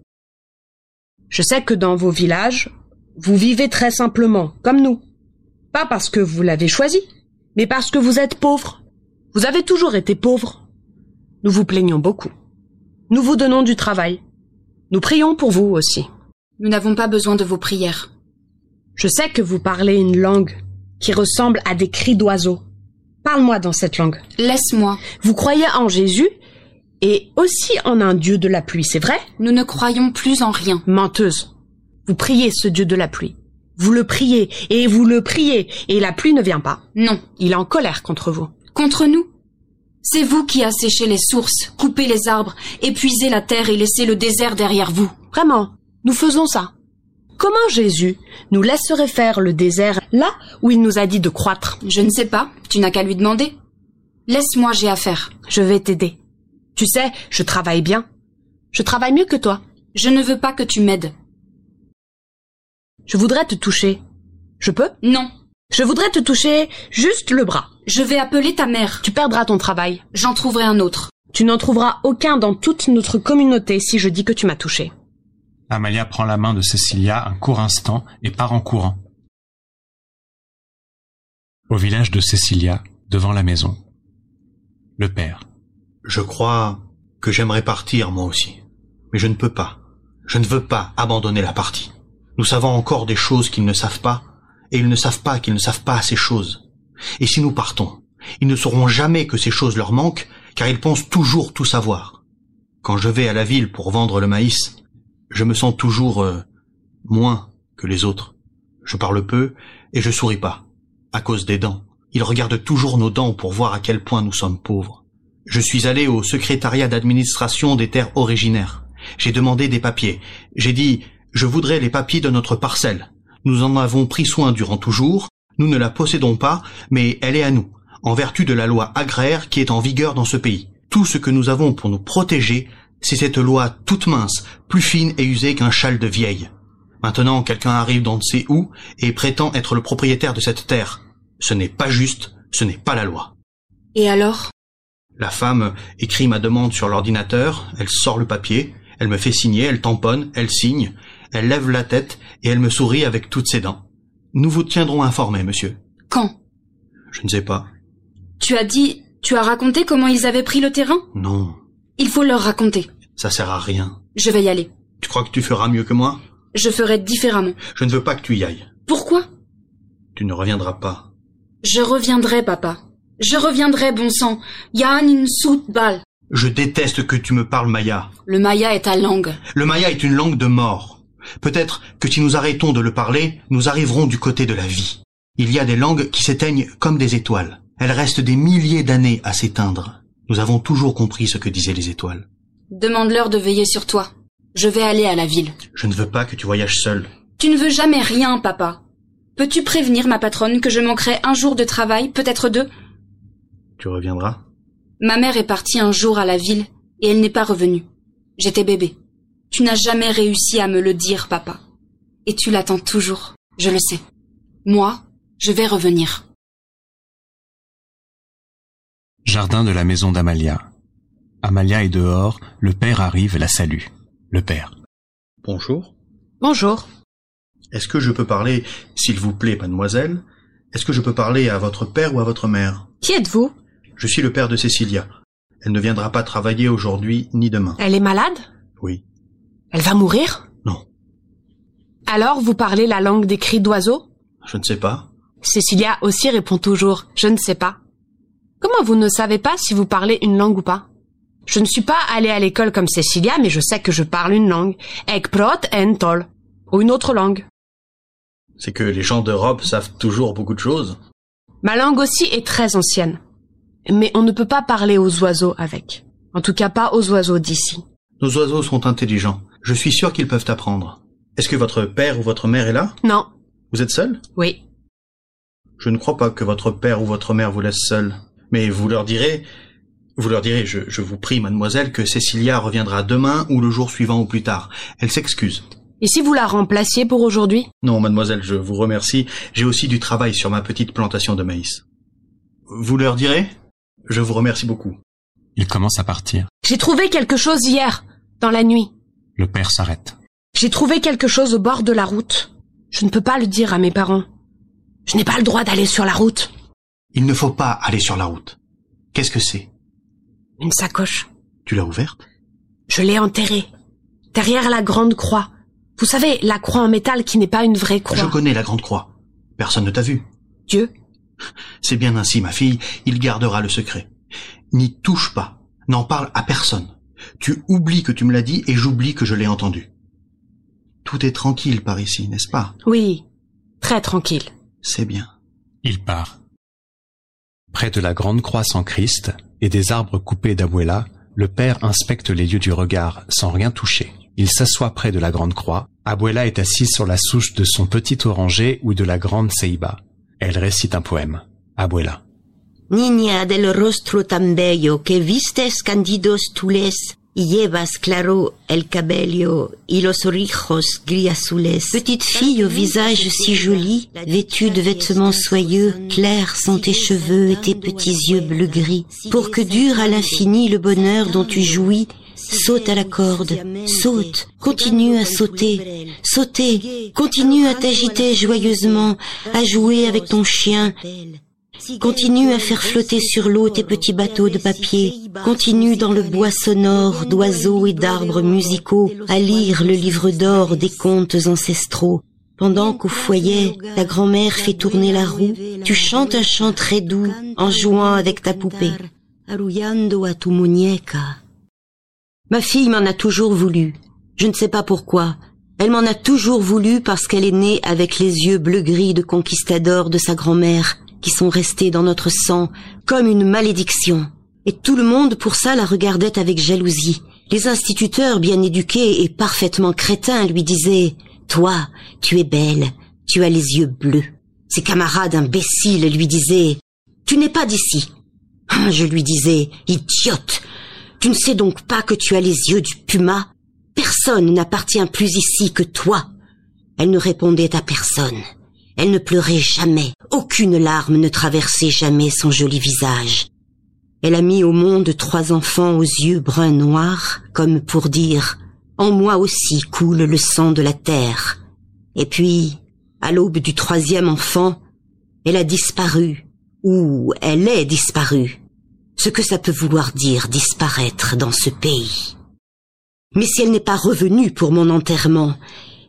Je sais que dans vos villages, vous vivez très simplement, comme nous. Pas parce que vous l'avez choisi, mais parce que vous êtes pauvres. Vous avez toujours été pauvres. Nous vous plaignons beaucoup. Nous vous donnons du travail. Nous prions pour vous aussi. Nous n'avons pas besoin de vos prières. Je sais que vous parlez une langue qui ressemble à des cris d'oiseaux. Parle-moi dans cette langue. Laisse-moi. Vous croyez en Jésus et aussi en un Dieu de la pluie, c'est vrai? Nous ne croyons plus en rien. Menteuse. Vous priez ce Dieu de la pluie. Vous le priez et vous le priez et la pluie ne vient pas. Non. Il est en colère contre vous. Contre nous? C'est vous qui asséchez les sources, coupez les arbres, épuisez la terre et laissez le désert derrière vous. Vraiment, nous faisons ça. Comment Jésus nous laisserait faire le désert là où il nous a dit de croître? Je ne sais pas, tu n'as qu'à lui demander. Laisse-moi, j'ai affaire. Je vais t'aider. Tu sais, je travaille bien. Je travaille mieux que toi. Je ne veux pas que tu m'aides. Je voudrais te toucher. Je peux? Non. Je voudrais te toucher juste le bras. Je vais appeler ta mère. Tu perdras ton travail. J'en trouverai un autre. Tu n'en trouveras aucun dans toute notre communauté si je dis que tu m'as touché. Amalia prend la main de Cecilia un court instant et part en courant. Au village de Cecilia, devant la maison. Le père. Je crois que j'aimerais partir moi aussi. Mais je ne peux pas. Je ne veux pas abandonner la partie. Nous savons encore des choses qu'ils ne savent pas, et ils ne savent pas qu'ils ne savent pas ces choses. Et si nous partons, ils ne sauront jamais que ces choses leur manquent, car ils pensent toujours tout savoir. Quand je vais à la ville pour vendre le maïs, je me sens toujours euh, moins que les autres. Je parle peu et je souris pas, à cause des dents. Ils regardent toujours nos dents pour voir à quel point nous sommes pauvres. Je suis allé au secrétariat d'administration des terres originaires. J'ai demandé des papiers. J'ai dit, je voudrais les papiers de notre parcelle. Nous en avons pris soin durant toujours. Nous ne la possédons pas, mais elle est à nous, en vertu de la loi agraire qui est en vigueur dans ce pays. Tout ce que nous avons pour nous protéger, c'est cette loi toute mince, plus fine et usée qu'un châle de vieille. Maintenant, quelqu'un arrive d'on ne sait où et prétend être le propriétaire de cette terre. Ce n'est pas juste, ce n'est pas la loi. Et alors? La femme écrit ma demande sur l'ordinateur, elle sort le papier, elle me fait signer, elle tamponne, elle signe, elle lève la tête et elle me sourit avec toutes ses dents. Nous vous tiendrons informés, monsieur. Quand? Je ne sais pas. Tu as dit, tu as raconté comment ils avaient pris le terrain? Non. Il faut leur raconter. Ça sert à rien. Je vais y aller. Tu crois que tu feras mieux que moi? Je ferai différemment. Je ne veux pas que tu y ailles. Pourquoi? Tu ne reviendras pas. Je reviendrai, papa. Je reviendrai, bon sang. Yann in soutbal. Je déteste que tu me parles maya. Le maya est ta langue. Le maya est une langue de mort. Peut-être que si nous arrêtons de le parler, nous arriverons du côté de la vie. Il y a des langues qui s'éteignent comme des étoiles. Elles restent des milliers d'années à s'éteindre. Nous avons toujours compris ce que disaient les étoiles. Demande-leur de veiller sur toi. Je vais aller à la ville. Je ne veux pas que tu voyages seul. Tu ne veux jamais rien, papa. Peux-tu prévenir ma patronne que je manquerai un jour de travail, peut-être deux? Tu reviendras? Ma mère est partie un jour à la ville et elle n'est pas revenue. J'étais bébé. Tu n'as jamais réussi à me le dire, papa. Et tu l'attends toujours, je le sais. Moi, je vais revenir. Jardin de la maison d'Amalia. Amalia est dehors, le père arrive et la salue. Le père. Bonjour. Bonjour. Est-ce que je peux parler, s'il vous plaît, mademoiselle? Est-ce que je peux parler à votre père ou à votre mère? Qui êtes-vous? Je suis le père de Cécilia. Elle ne viendra pas travailler aujourd'hui ni demain. Elle est malade? Oui. Elle va mourir? Non. Alors vous parlez la langue des cris d'oiseaux? Je ne sais pas. Cécilia aussi répond toujours « je ne sais pas ». Comment vous ne savez pas si vous parlez une langue ou pas? Je ne suis pas allée à l'école comme Cécilia, mais je sais que je parle une langue. Ek prot en tol. Ou une autre langue. C'est que les gens d'Europe savent toujours beaucoup de choses. Ma langue aussi est très ancienne. Mais on ne peut pas parler aux oiseaux avec. En tout cas pas aux oiseaux d'ici. Nos oiseaux sont intelligents. Je suis sûr qu'ils peuvent apprendre. Est-ce que votre père ou votre mère est là? Non. Vous êtes seul? Oui. Je ne crois pas que votre père ou votre mère vous laisse seul. Mais vous leur direz... Vous leur direz, je, je vous prie, mademoiselle, que Cécilia reviendra demain ou le jour suivant ou plus tard. Elle s'excuse. Et si vous la remplaciez pour aujourd'hui? Non, mademoiselle, je vous remercie. J'ai aussi du travail sur ma petite plantation de maïs. Vous leur direz? Je vous remercie beaucoup. Il commence à partir. J'ai trouvé quelque chose hier, dans la nuit. Le père s'arrête. J'ai trouvé quelque chose au bord de la route. Je ne peux pas le dire à mes parents. Je n'ai pas le droit d'aller sur la route. Il ne faut pas aller sur la route. Qu'est-ce que c'est? Une sacoche. Tu l'as ouverte? Je l'ai enterrée. Derrière la grande croix. Vous savez, la croix en métal qui n'est pas une vraie croix. Je connais la grande croix. Personne ne t'a vu. Dieu? C'est bien ainsi, ma fille. Il gardera le secret. N'y touche pas. N'en parle à personne. Tu oublies que tu me l'as dit et j'oublie que je l'ai entendu. Tout est tranquille par ici, n'est-ce pas? Oui, très tranquille. C'est bien. Il part. Près de la grande croix sans Christ et des arbres coupés d'Abuela, le père inspecte les lieux du regard sans rien toucher. Il s'assoit près de la grande croix. Abuela est assise sur la souche de son petit oranger ou de la grande ceiba. Elle récite un poème. Abuela. Niña del rostro tan bello que vistes candidos tules y llevas claro el cabello y los orijos grisazules. Petite fille au visage si joli, vêtue de vêtements soyeux, clairs sont tes cheveux et tes petits yeux bleu-gris. Pour que dure à l'infini le bonheur dont tu jouis, saute à la corde, saute, continue à sauter, sauter, continue à t'agiter joyeusement, à jouer avec ton chien. Continue à faire flotter sur l'eau tes petits bateaux de papier. Continue dans le bois sonore d'oiseaux et d'arbres musicaux à lire le livre d'or des contes ancestraux. Pendant qu'au foyer, ta grand-mère fait tourner la roue, tu chantes un chant très doux en jouant avec ta poupée. Arrullando a tu muñeca. Ma fille m'en a toujours voulu. Je ne sais pas pourquoi. Elle m'en a toujours voulu parce qu'elle est née avec les yeux bleu-gris de conquistador de sa grand-mère, qui sont restés dans notre sang comme une malédiction. Et tout le monde pour ça la regardait avec jalousie. Les instituteurs bien éduqués et parfaitement crétins lui disaient « Toi, tu es belle, tu as les yeux bleus ». Ses camarades imbéciles lui disaient « Tu n'es pas d'ici ». Je lui disais « Idiote, tu ne sais donc pas que tu as les yeux du puma ? Personne n'appartient plus ici que toi ». Elle ne répondait à personne. Elle ne pleurait jamais, aucune larme ne traversait jamais son joli visage. Elle a mis au monde trois enfants aux yeux bruns noirs, comme pour dire « En moi aussi coule le sang de la terre ». Et puis, à l'aube du troisième enfant, elle a disparu, ou elle est disparue. Ce que ça peut vouloir dire disparaître dans ce pays. Mais si elle n'est pas revenue pour mon enterrement,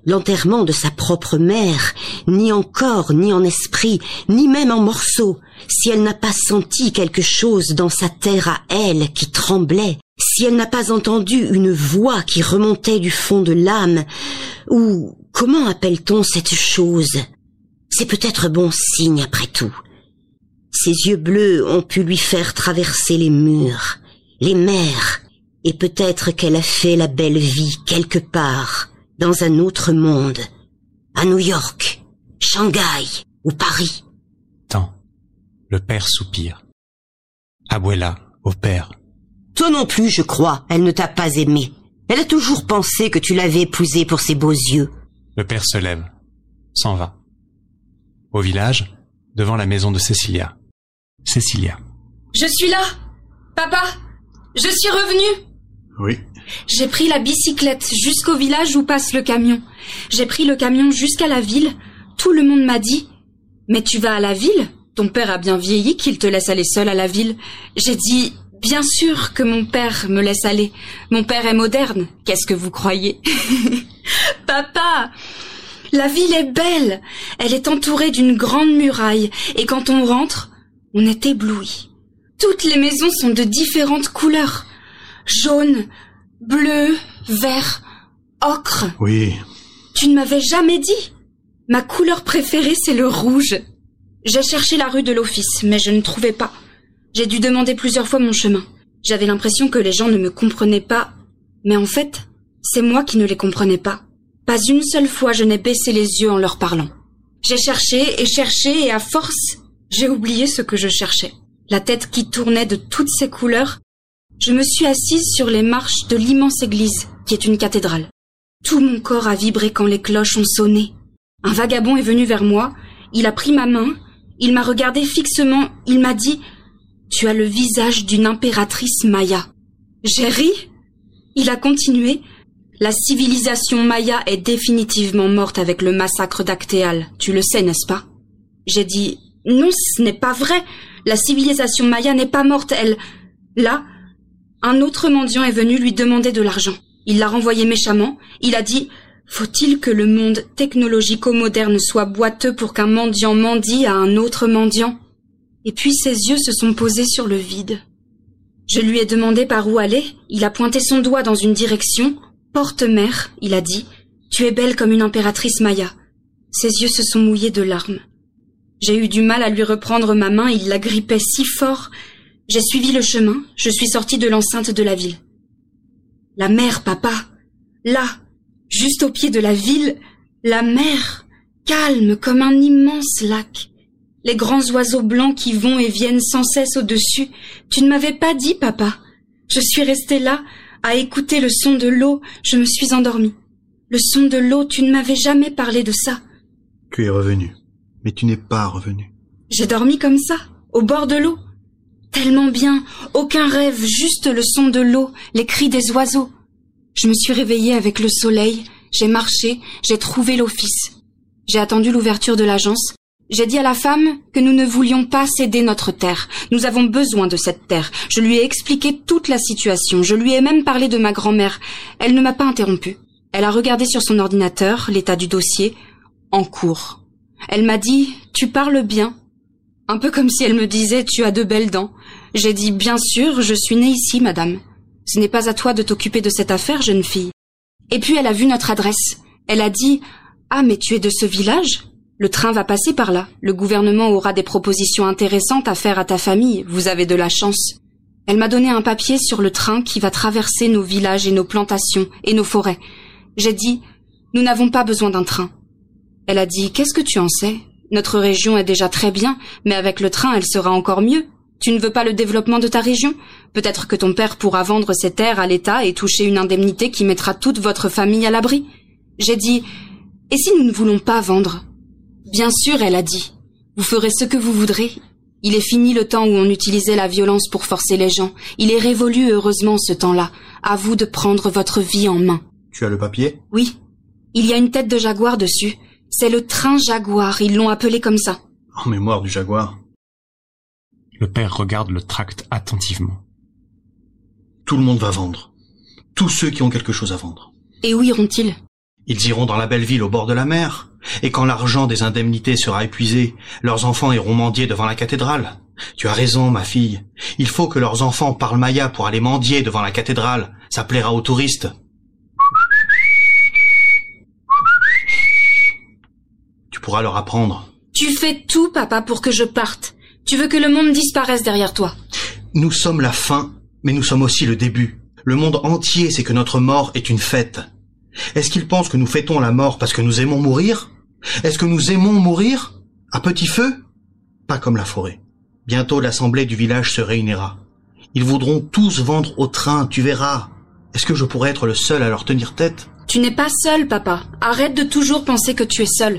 l'enterrement de sa propre mère, ni en corps, ni en esprit, ni même en morceaux, si elle n'a pas senti quelque chose dans sa terre à elle qui tremblait, si elle n'a pas entendu une voix qui remontait du fond de l'âme, ou comment appelle-t-on cette chose? C'est peut-être bon signe après tout. Ses yeux bleus ont pu lui faire traverser les murs, les mers, et peut-être qu'elle a fait la belle vie quelque part, dans un autre monde, à New York, Shanghai ou Paris. Tant. Le père soupire. Abuela, au père. Toi non plus, je crois, elle ne t'a pas aimé. Elle a toujours pensé que tu l'avais épousée pour ses beaux yeux. Le père se lève, s'en va. Au village, devant la maison de Cecilia. Cecilia. Je suis là, papa. Je suis revenue. Oui. J'ai pris la bicyclette jusqu'au village où passe le camion. J'ai pris le camion jusqu'à la ville. Tout le monde m'a dit « Mais tu vas à la ville ? Ton père a bien vieilli qu'il te laisse aller seul à la ville. » J'ai dit « Bien sûr que mon père me laisse aller. Mon père est moderne. Qu'est-ce que vous croyez ?»« Papa, la ville est belle. Elle est entourée d'une grande muraille. Et quand on rentre, on est ébloui. Toutes les maisons sont de différentes couleurs. Jaune, bleu, vert, ocre. Oui. Tu ne m'avais jamais dit. Ma couleur préférée, c'est le rouge. J'ai cherché la rue de l'office, mais je ne trouvais pas. J'ai dû demander plusieurs fois mon chemin. J'avais l'impression que les gens ne me comprenaient pas. Mais en fait, c'est moi qui ne les comprenais pas. Pas une seule fois je n'ai baissé les yeux en leur parlant. J'ai cherché et cherché et à force, j'ai oublié ce que je cherchais. La tête qui tournait de toutes ces couleurs, je me suis assise sur les marches de l'immense église, qui est une cathédrale. Tout mon corps a vibré quand les cloches ont sonné. Un vagabond est venu vers moi, il a pris ma main, il m'a regardé fixement, il m'a dit « Tu as le visage d'une impératrice maya ». J'ai ri. Il a continué « La civilisation maya est définitivement morte avec le massacre d'Actéal, tu le sais, n'est-ce pas ?» J'ai dit « Non, ce n'est pas vrai, la civilisation maya n'est pas morte, elle... » Là, un autre mendiant est venu lui demander de l'argent. Il l'a renvoyé méchamment. Il a dit « Faut-il que le monde technologico-moderne soit boiteux pour qu'un mendiant mendie à un autre mendiant ?» Et puis ses yeux se sont posés sur le vide. Je lui ai demandé par où aller. Il a pointé son doigt dans une direction. « Porte-mère », il a dit. « Tu es belle comme une impératrice maya. » Ses yeux se sont mouillés de larmes. J'ai eu du mal à lui reprendre ma main. Il la grippait si fort. J'ai suivi le chemin, je suis sortie de l'enceinte de la ville. La mer, papa, là, juste au pied de la ville, la mer, calme comme un immense lac. Les grands oiseaux blancs qui vont et viennent sans cesse au-dessus. Tu ne m'avais pas dit, papa. Je suis restée là, à écouter le son de l'eau, je me suis endormie. Le son de l'eau, tu ne m'avais jamais parlé de ça. Tu es revenu, mais tu n'es pas revenu. J'ai dormi comme ça, au bord de l'eau. Tellement bien, aucun rêve, juste le son de l'eau, les cris des oiseaux. Je me suis réveillée avec le soleil, j'ai marché, j'ai trouvé l'office. J'ai attendu l'ouverture de l'agence. J'ai dit à la femme que nous ne voulions pas céder notre terre. Nous avons besoin de cette terre. Je lui ai expliqué toute la situation. Je lui ai même parlé de ma grand-mère. Elle ne m'a pas interrompue. Elle a regardé sur son ordinateur l'état du dossier, en cours. Elle m'a dit « Tu parles bien ». Un peu comme si elle me disait « Tu as de belles dents ». J'ai dit « Bien sûr, je suis née ici, madame. Ce n'est pas à toi de t'occuper de cette affaire, jeune fille. » Et puis elle a vu notre adresse. Elle a dit « Ah, mais tu es de ce village ? Le train va passer par là. Le gouvernement aura des propositions intéressantes à faire à ta famille. Vous avez de la chance. » Elle m'a donné un papier sur le train qui va traverser nos villages et nos plantations et nos forêts. J'ai dit « Nous n'avons pas besoin d'un train. » Elle a dit « Qu'est-ce que tu en sais ? Notre région est déjà très bien, mais avec le train, elle sera encore mieux. Tu ne veux pas le développement de ta région ? Peut-être que ton père pourra vendre ses terres à l'État et toucher une indemnité qui mettra toute votre famille à l'abri. » J'ai dit « Et si nous ne voulons pas vendre ? » Bien sûr, elle a dit. Vous ferez ce que vous voudrez. Il est fini le temps où on utilisait la violence pour forcer les gens. Il est révolu, heureusement, ce temps-là. À vous de prendre votre vie en main. Tu as le papier ? Oui. Il y a une tête de jaguar dessus. C'est le train Jaguar, ils l'ont appelé comme ça. En mémoire du jaguar. Le père regarde le tract attentivement. Tout le monde va vendre. Tous ceux qui ont quelque chose à vendre. Et où iront-ils ? Ils iront dans la belle ville au bord de la mer, et quand l'argent des indemnités sera épuisé, leurs enfants iront mendier devant la cathédrale. Tu as raison, ma fille. Il faut que leurs enfants parlent maya pour aller mendier devant la cathédrale. Ça plaira aux touristes. Tu pourras leur apprendre. Tu fais tout, papa, pour que je parte. Tu veux que le monde disparaisse derrière toi. Nous sommes la fin, mais nous sommes aussi le début. Le monde entier sait que notre mort est une fête. Est-ce qu'ils pensent que nous fêtons la mort parce que nous aimons mourir? Est-ce que nous aimons mourir? À petit feu? Pas comme la forêt. Bientôt l'assemblée du village se réunira. Ils voudront tous vendre au train, tu verras. Est-ce que je pourrais être le seul à leur tenir tête? Tu n'es pas seul, papa. Arrête de toujours penser que tu es seul.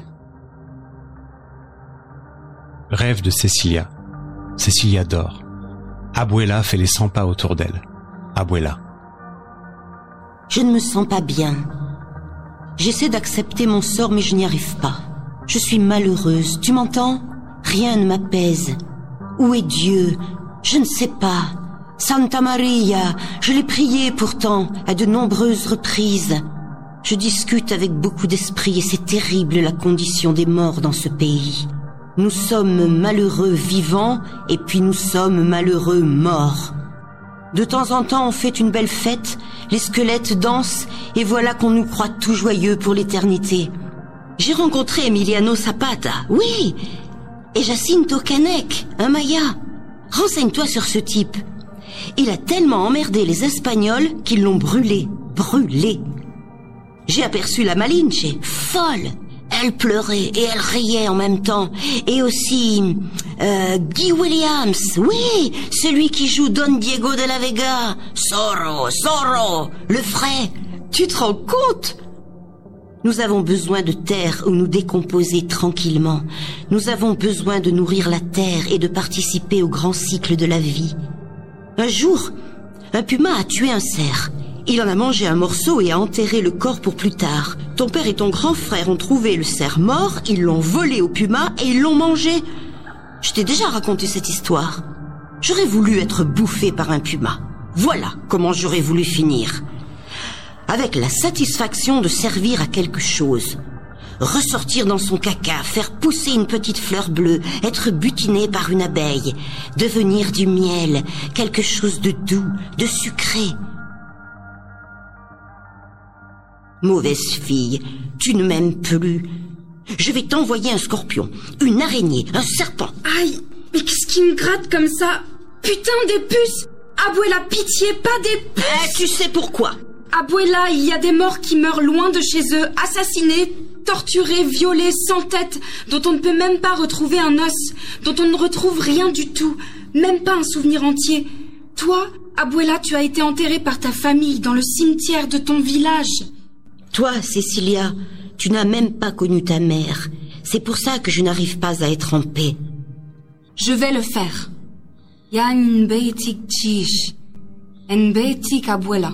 Rêve de Cecilia. Cecilia dort. Abuela fait les cent pas autour d'elle. Abuela. Je ne me sens pas bien. J'essaie d'accepter mon sort, mais je n'y arrive pas. Je suis malheureuse, tu m'entends? Rien ne m'apaise. Où est Dieu? Je ne sais pas. Santa Maria, je l'ai prié pourtant, à de nombreuses reprises. Je discute avec beaucoup d'esprit et c'est terrible la condition des morts dans ce pays. Nous sommes malheureux vivants et puis nous sommes malheureux morts. De temps en temps, on fait une belle fête, les squelettes dansent, et voilà qu'on nous croit tout joyeux pour l'éternité. J'ai rencontré Emiliano Zapata, oui, et Jacinto Canek, un Maya. Renseigne-toi sur ce type. Il a tellement emmerdé les Espagnols qu'ils l'ont brûlé, brûlé. J'ai aperçu la Malinche, folle. Elle pleurait et elle riait en même temps. Et aussi euh, Guy Williams, oui, celui qui joue Don Diego de la Vega. Zorro, Zorro, le frais. Tu te rends compte? Nous avons besoin de terre où nous décomposer tranquillement. Nous avons besoin de nourrir la terre et de participer au grand cycle de la vie. Un jour, un puma a tué un cerf. Il en a mangé un morceau et a enterré le corps pour plus tard. Ton père et ton grand frère ont trouvé le cerf mort, ils l'ont volé au puma et ils l'ont mangé. Je t'ai déjà raconté cette histoire. J'aurais voulu être bouffé par un puma. Voilà comment j'aurais voulu finir. Avec la satisfaction de servir à quelque chose. Ressortir dans son caca, faire pousser une petite fleur bleue, être butiné par une abeille, devenir du miel, quelque chose de doux, de sucré. Mauvaise fille, tu ne m'aimes plus. Je vais t'envoyer un scorpion, une araignée, un serpent. Aïe, mais qu'est-ce qui me gratte comme ça? Putain, des puces! Abuela, pitié, pas des puces! Eh, tu sais pourquoi? Abuela, il y a des morts qui meurent loin de chez eux, assassinés, torturés, violés, sans tête, dont on ne peut même pas retrouver un os, dont on ne retrouve rien du tout, même pas un souvenir entier. Toi, Abuela, tu as été enterrée par ta famille dans le cimetière de ton village. Toi, Cecilia, tu n'as même pas connu ta mère. C'est pour ça que je n'arrive pas à être en paix. Je vais le faire. Yan beitik tish, en beitik Abuela.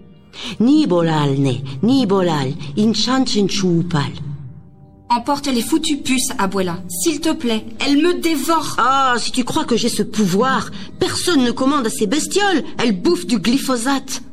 Ni bolalne, ni bolal, inchanchen choupal. Emporte les foutues puces, Abuela, s'il te plaît. Elles me dévorent. Ah, si tu crois que j'ai ce pouvoir, personne ne commande à ces bestioles. Elles bouffent du glyphosate.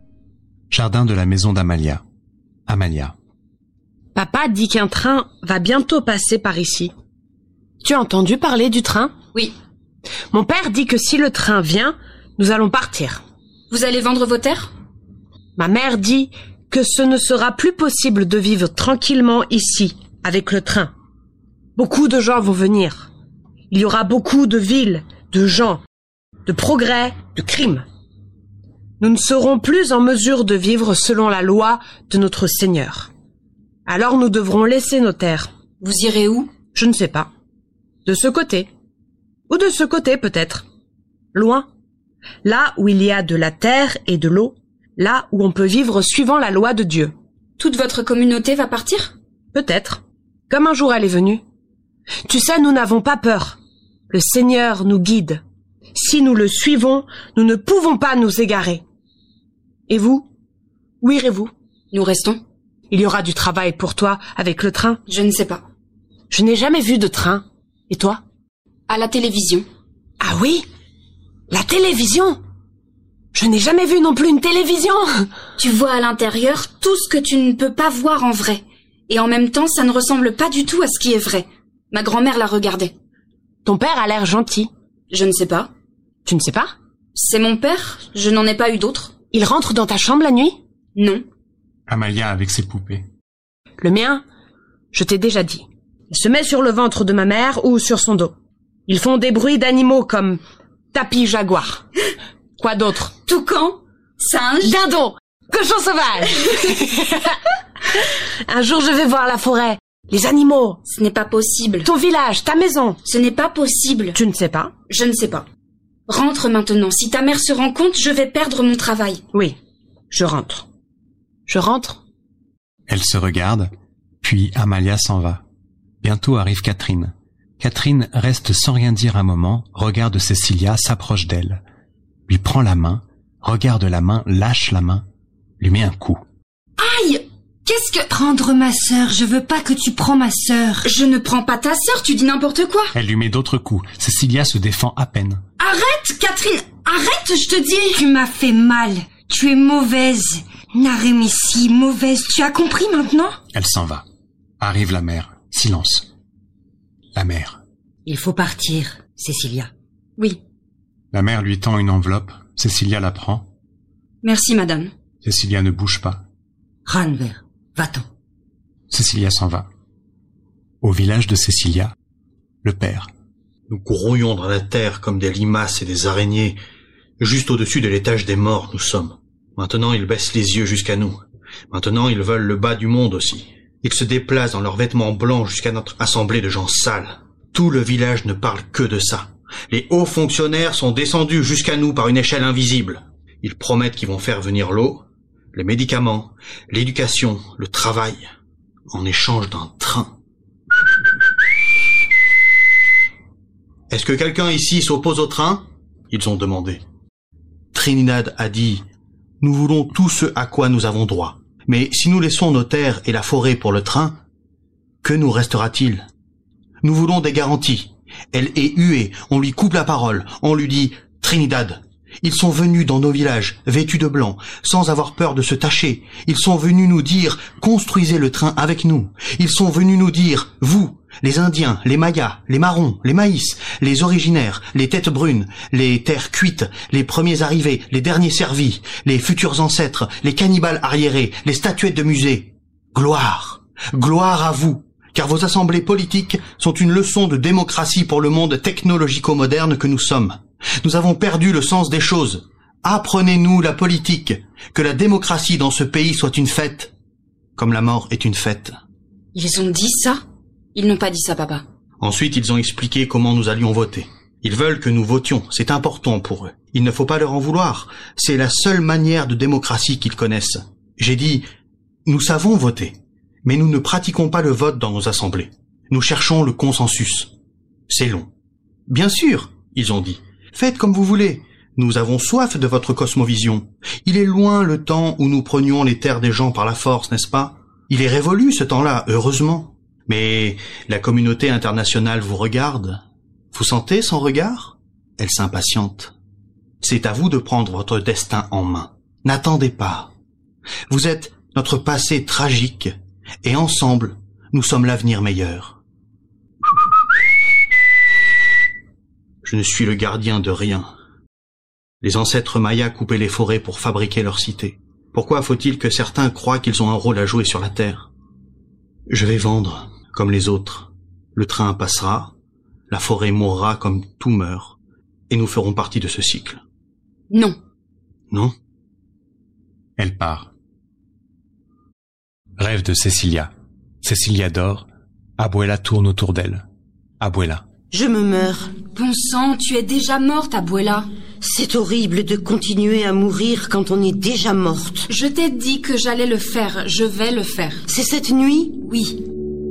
Jardin de la maison d'Amalia. Amalia. Papa dit qu'un train va bientôt passer par ici. Tu as entendu parler du train? Oui. Mon père dit que si le train vient, nous allons partir. Vous allez vendre vos terres? Ma mère dit que ce ne sera plus possible de vivre tranquillement ici, avec le train. Beaucoup de gens vont venir. Il y aura beaucoup de villes, de gens, de progrès, de crimes. Nous ne serons plus en mesure de vivre selon la loi de notre Seigneur. Alors nous devrons laisser nos terres. Vous irez où? Je ne sais pas. De ce côté. Ou de ce côté peut-être. Loin. Là où il y a de la terre et de l'eau. Là où on peut vivre suivant la loi de Dieu. Toute votre communauté va partir? Peut-être. Comme un jour elle est venue. Tu sais, nous n'avons pas peur. Le Seigneur nous guide. Si nous le suivons, nous ne pouvons pas nous égarer. Et vous? Où irez-vous? Nous restons. Il y aura du travail pour toi avec le train? Je ne sais pas. Je n'ai jamais vu de train. Et toi? À la télévision. Ah oui? La télévision? Je n'ai jamais vu non plus une télévision. Tu vois à l'intérieur tout ce que tu ne peux pas voir en vrai. Et en même temps, ça ne ressemble pas du tout à ce qui est vrai. Ma grand-mère la regardait. Ton père a l'air gentil. Je ne sais pas. Tu ne sais pas? C'est mon père, je n'en ai pas eu d'autre. Il rentre dans ta chambre la nuit? Non. Amalia avec ses poupées. Le mien, je t'ai déjà dit. Il se met sur le ventre de ma mère ou sur son dos. Ils font des bruits d'animaux comme tapis jaguar. Quoi d'autre? Toucan, singe, dindon, cochon sauvage. Un jour je vais voir la forêt, les animaux. Ce n'est pas possible. Ton village, ta maison. Ce n'est pas possible. Tu ne sais pas? Je ne sais pas. Rentre maintenant. Si ta mère se rend compte, je vais perdre mon travail. Oui, je rentre. Je rentre. Elle se regarde, puis Amalia s'en va. Bientôt arrive Catherine. Catherine reste sans rien dire un moment, regarde Cécilia, s'approche d'elle, lui prend la main, regarde la main, lâche la main, lui met un coup. Aïe! Qu'est-ce que... Prendre ma sœur, je veux pas que tu prends ma sœur. Je ne prends pas ta sœur, tu dis n'importe quoi. Elle lui met d'autres coups. Cécilia se défend à peine. Arrête, Catherine! Arrête, je te dis! Tu m'as fait mal. Tu es mauvaise. Narémissi, mauvaise. Tu as compris maintenant? Elle s'en va. Arrive la mère. Silence. La mère. Il faut partir, Cécilia. Oui. La mère lui tend une enveloppe. Cécilia la prend. Merci, madame. Cécilia ne bouge pas. Ranver, va-t'en. Cécilia s'en va. Au village de Cécilia, le père. Nous grouillons dans la terre comme des limaces et des araignées. Juste au-dessus de l'étage des morts, nous sommes. Maintenant, ils baissent les yeux jusqu'à nous. Maintenant, ils veulent le bas du monde aussi. Ils se déplacent dans leurs vêtements blancs jusqu'à notre assemblée de gens sales. Tout le village ne parle que de ça. Les hauts fonctionnaires sont descendus jusqu'à nous par une échelle invisible. Ils promettent qu'ils vont faire venir l'eau, les médicaments, l'éducation, le travail, en échange d'un train. Est-ce que quelqu'un ici s'oppose au train? Ils ont demandé. Trinidad a dit, nous voulons tout ce à quoi nous avons droit. Mais si nous laissons nos terres et la forêt pour le train, que nous restera-t-il? Nous voulons des garanties. Elle est huée, on lui coupe la parole, on lui dit « Trinidad ». Ils sont venus dans nos villages, vêtus de blanc, sans avoir peur de se tacher. Ils sont venus nous dire « Construisez le train avec nous ». Ils sont venus nous dire « Vous, les Indiens, les Mayas, les Marrons, les Maïs, les originaires, les têtes brunes, les terres cuites, les premiers arrivés, les derniers servis, les futurs ancêtres, les cannibales arriérés, les statuettes de musée. Gloire, gloire à vous ». Car vos assemblées politiques sont une leçon de démocratie pour le monde technologico-moderne que nous sommes. Nous avons perdu le sens des choses. Apprenez-nous la politique, que la démocratie dans ce pays soit une fête, comme la mort est une fête. Ils ont dit ça? Ils n'ont pas dit ça, papa. Ensuite, ils ont expliqué comment nous allions voter. Ils veulent que nous votions, c'est important pour eux. Il ne faut pas leur en vouloir, c'est la seule manière de démocratie qu'ils connaissent. J'ai dit, nous savons voter. Mais nous ne pratiquons pas le vote dans nos assemblées. Nous cherchons le consensus. C'est long. Bien sûr, ils ont dit. Faites comme vous voulez. Nous avons soif de votre cosmovision. Il est loin le temps où nous prenions les terres des gens par la force, n'est-ce pas? Il est révolu ce temps-là, heureusement. Mais la communauté internationale vous regarde. Vous sentez son regard? Elle s'impatiente. C'est à vous de prendre votre destin en main. N'attendez pas. Vous êtes notre passé tragique. Et ensemble, nous sommes l'avenir meilleur. Je ne suis le gardien de rien. Les ancêtres mayas coupaient les forêts pour fabriquer leurs cités. Pourquoi faut-il que certains croient qu'ils ont un rôle à jouer sur la terre? Je vais vendre, comme les autres. Le train passera, la forêt mourra comme tout meurt, et nous ferons partie de ce cycle. Non. Non? Elle part. Rêve de Cécilia. Cécilia dort. Abuela tourne autour d'elle. Abuela. Je me meurs. Bon sang, tu es déjà morte, Abuela. C'est horrible de continuer à mourir quand on est déjà morte. Je t'ai dit que j'allais le faire. Je vais le faire. C'est cette nuit? Oui.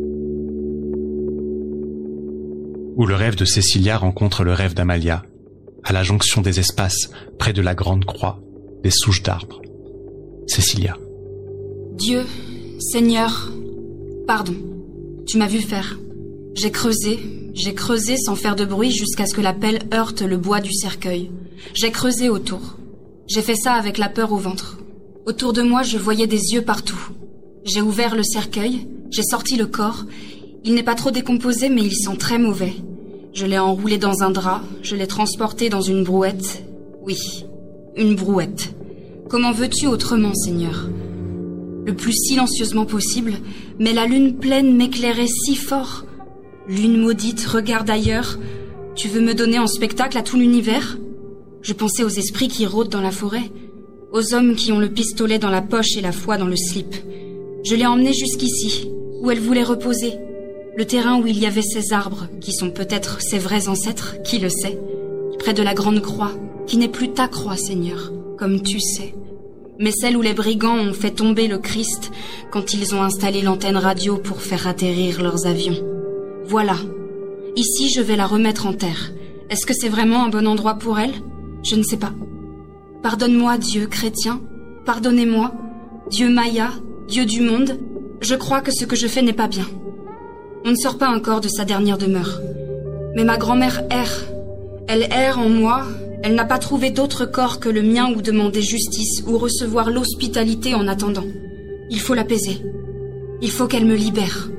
Où le rêve de Cécilia rencontre le rêve d'Amalia. À la jonction des espaces, près de la grande croix, des souches d'arbres. Cécilia. Dieu, Seigneur, pardon. Tu m'as vu faire. J'ai creusé, j'ai creusé sans faire de bruit jusqu'à ce que la pelle heurte le bois du cercueil. J'ai creusé autour. J'ai fait ça avec la peur au ventre. Autour de moi, je voyais des yeux partout. J'ai ouvert le cercueil, j'ai sorti le corps. Il n'est pas trop décomposé, mais il sent très mauvais. Je l'ai enroulé dans un drap, je l'ai transporté dans une brouette. Oui, une brouette. Comment veux-tu autrement, Seigneur ? Le plus silencieusement possible, mais la lune pleine m'éclairait si fort. Lune maudite, regarde ailleurs. Tu veux me donner en spectacle à tout l'univers ? Je pensais aux esprits qui rôdent dans la forêt, aux hommes qui ont le pistolet dans la poche et la foi dans le slip. Je l'ai emmenée jusqu'ici, où elle voulait reposer. Le terrain où il y avait ces arbres, qui sont peut-être ses vrais ancêtres, qui le sait. Près de la grande croix, qui n'est plus ta croix, Seigneur, comme tu sais. Mais celle où les brigands ont fait tomber le Christ quand ils ont installé l'antenne radio pour faire atterrir leurs avions. Voilà. Ici, je vais la remettre en terre. Est-ce que c'est vraiment un bon endroit pour elle ? Je ne sais pas. Pardonne-moi, Dieu chrétien. Pardonnez-moi, Dieu Maya, Dieu du monde. Je crois que ce que je fais n'est pas bien. On ne sort pas encore de sa dernière demeure. Mais ma grand-mère erre. Elle erre en moi. Elle n'a pas trouvé d'autre corps que le mien où demander justice ou recevoir l'hospitalité en attendant. Il faut l'apaiser. Il faut qu'elle me libère.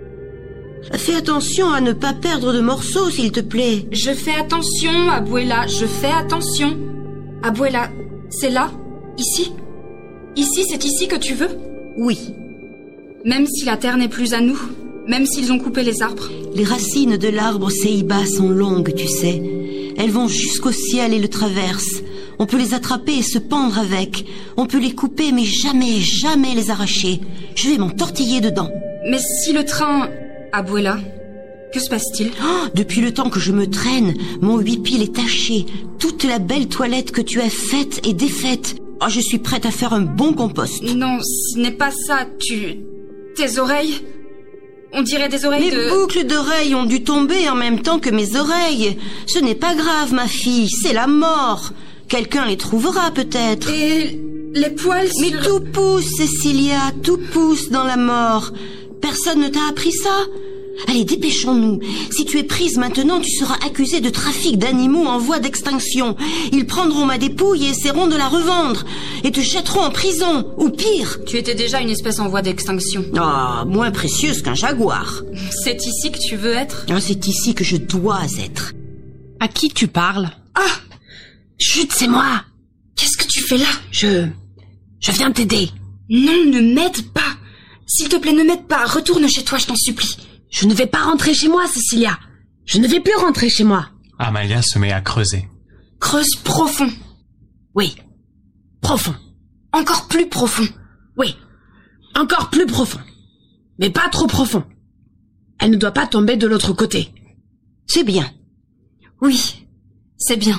Fais attention à ne pas perdre de morceaux, s'il te plaît. Je fais attention, Abuela, je fais attention. Abuela, c'est là, ici. Ici, c'est ici que tu veux ? Oui. Même si la terre n'est plus à nous, même s'ils ont coupé les arbres. Les racines de l'arbre Ceiba sont longues, tu sais. Elles vont jusqu'au ciel et le traversent. On peut les attraper et se pendre avec. On peut les couper, mais jamais, jamais les arracher. Je vais m'entortiller dedans. Mais si le train... Abuela, que se passe-t-il ? Oh, depuis le temps que je me traîne, mon huipil est taché. Toute la belle toilette que tu as faite est défaite. Oh, je suis prête à faire un bon compost. Non, ce n'est pas ça, tu... Tes oreilles ? On dirait des oreilles mes de... Mes boucles d'oreilles ont dû tomber en même temps que mes oreilles. Ce n'est pas grave, ma fille, c'est la mort. Quelqu'un les trouvera peut-être. Et les poils sur... Mais tout pousse, Cecilia, tout pousse dans la mort. Personne ne t'a appris ça ? Allez, dépêchons-nous. Si tu es prise maintenant, tu seras accusée de trafic d'animaux en voie d'extinction. Ils prendront ma dépouille et essaieront de la revendre. Et te jetteront en prison, ou pire. Tu étais déjà une espèce en voie d'extinction. Ah, oh, moins précieuse qu'un jaguar. C'est ici que tu veux être ? Ah, c'est ici que je dois être. À qui tu parles ? Ah ! Chut, c'est moi. Qu'est-ce que tu fais là ? Je... Je viens t'aider. Non, ne m'aide pas. S'il te plaît, ne m'aide pas. Retourne chez toi, je t'en supplie. Je ne vais pas rentrer chez moi, Cecilia. Je ne vais plus rentrer chez moi. Amalia se met à creuser. Creuse profond. Oui. Profond. Encore plus profond. Oui. Encore plus profond. Mais pas trop profond. Elle ne doit pas tomber de l'autre côté. C'est bien. Oui, c'est bien.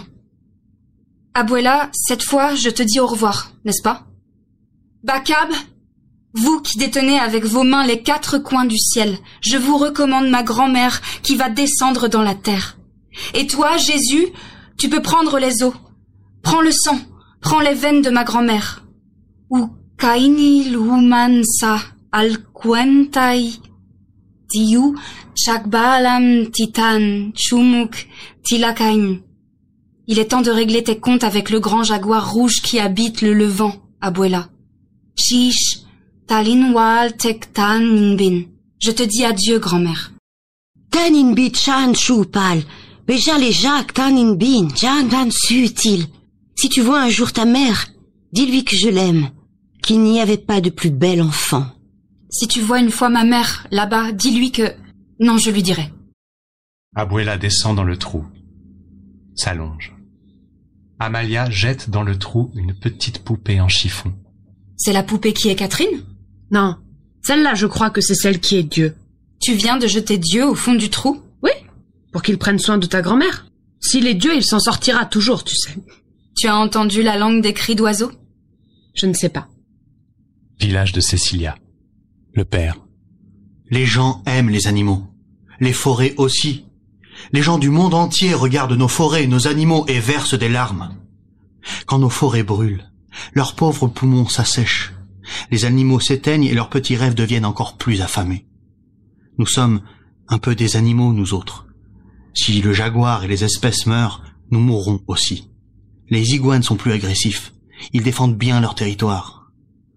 Abuela, cette fois, je te dis au revoir, n'est-ce pas ? Bakab, vous qui détenez avec vos mains les quatre coins du ciel, je vous recommande ma grand-mère qui va descendre dans la terre. Et toi, Jésus, tu peux prendre les os. Prends le sang, prends les veines de ma grand-mère. Ou kaini lumansa al kuentai tiu chakbalam titan chumuk tilakain. Il est temps de régler tes comptes avec le grand jaguar rouge qui habite le Levant, Abuela. Chish talinwal tek taninbin. Je te dis adieu, grand-mère. Taninbit chan choupal. Beja les jacques taninbin, jan dan sutil. Si tu vois un jour ta mère, dis-lui que je l'aime, qu'il n'y avait pas de plus bel enfant. Si tu vois une fois ma mère, là-bas, dis-lui que... Non, je lui dirai. Abuela descend dans le trou, s'allonge. Amalia jette dans le trou une petite poupée en chiffon. C'est la poupée qui est Catherine ? Non, celle-là, je crois que c'est celle qui est Dieu. Tu viens de jeter Dieu au fond du trou ? Oui, pour qu'il prenne soin de ta grand-mère. S'il est Dieu, il s'en sortira toujours, tu sais. Tu as entendu la langue des cris d'oiseaux ? Je ne sais pas. Village de Cecilia. Le père. Les gens aiment les animaux. Les forêts aussi. Les gens du monde entier regardent nos forêts, nos animaux et versent des larmes. Quand nos forêts brûlent, leurs pauvres poumons s'assèchent. Les animaux s'éteignent et leurs petits rêves deviennent encore plus affamés. Nous sommes un peu des animaux, nous autres. Si le jaguar et les espèces meurent, nous mourrons aussi. Les iguanes sont plus agressifs. Ils défendent bien leur territoire.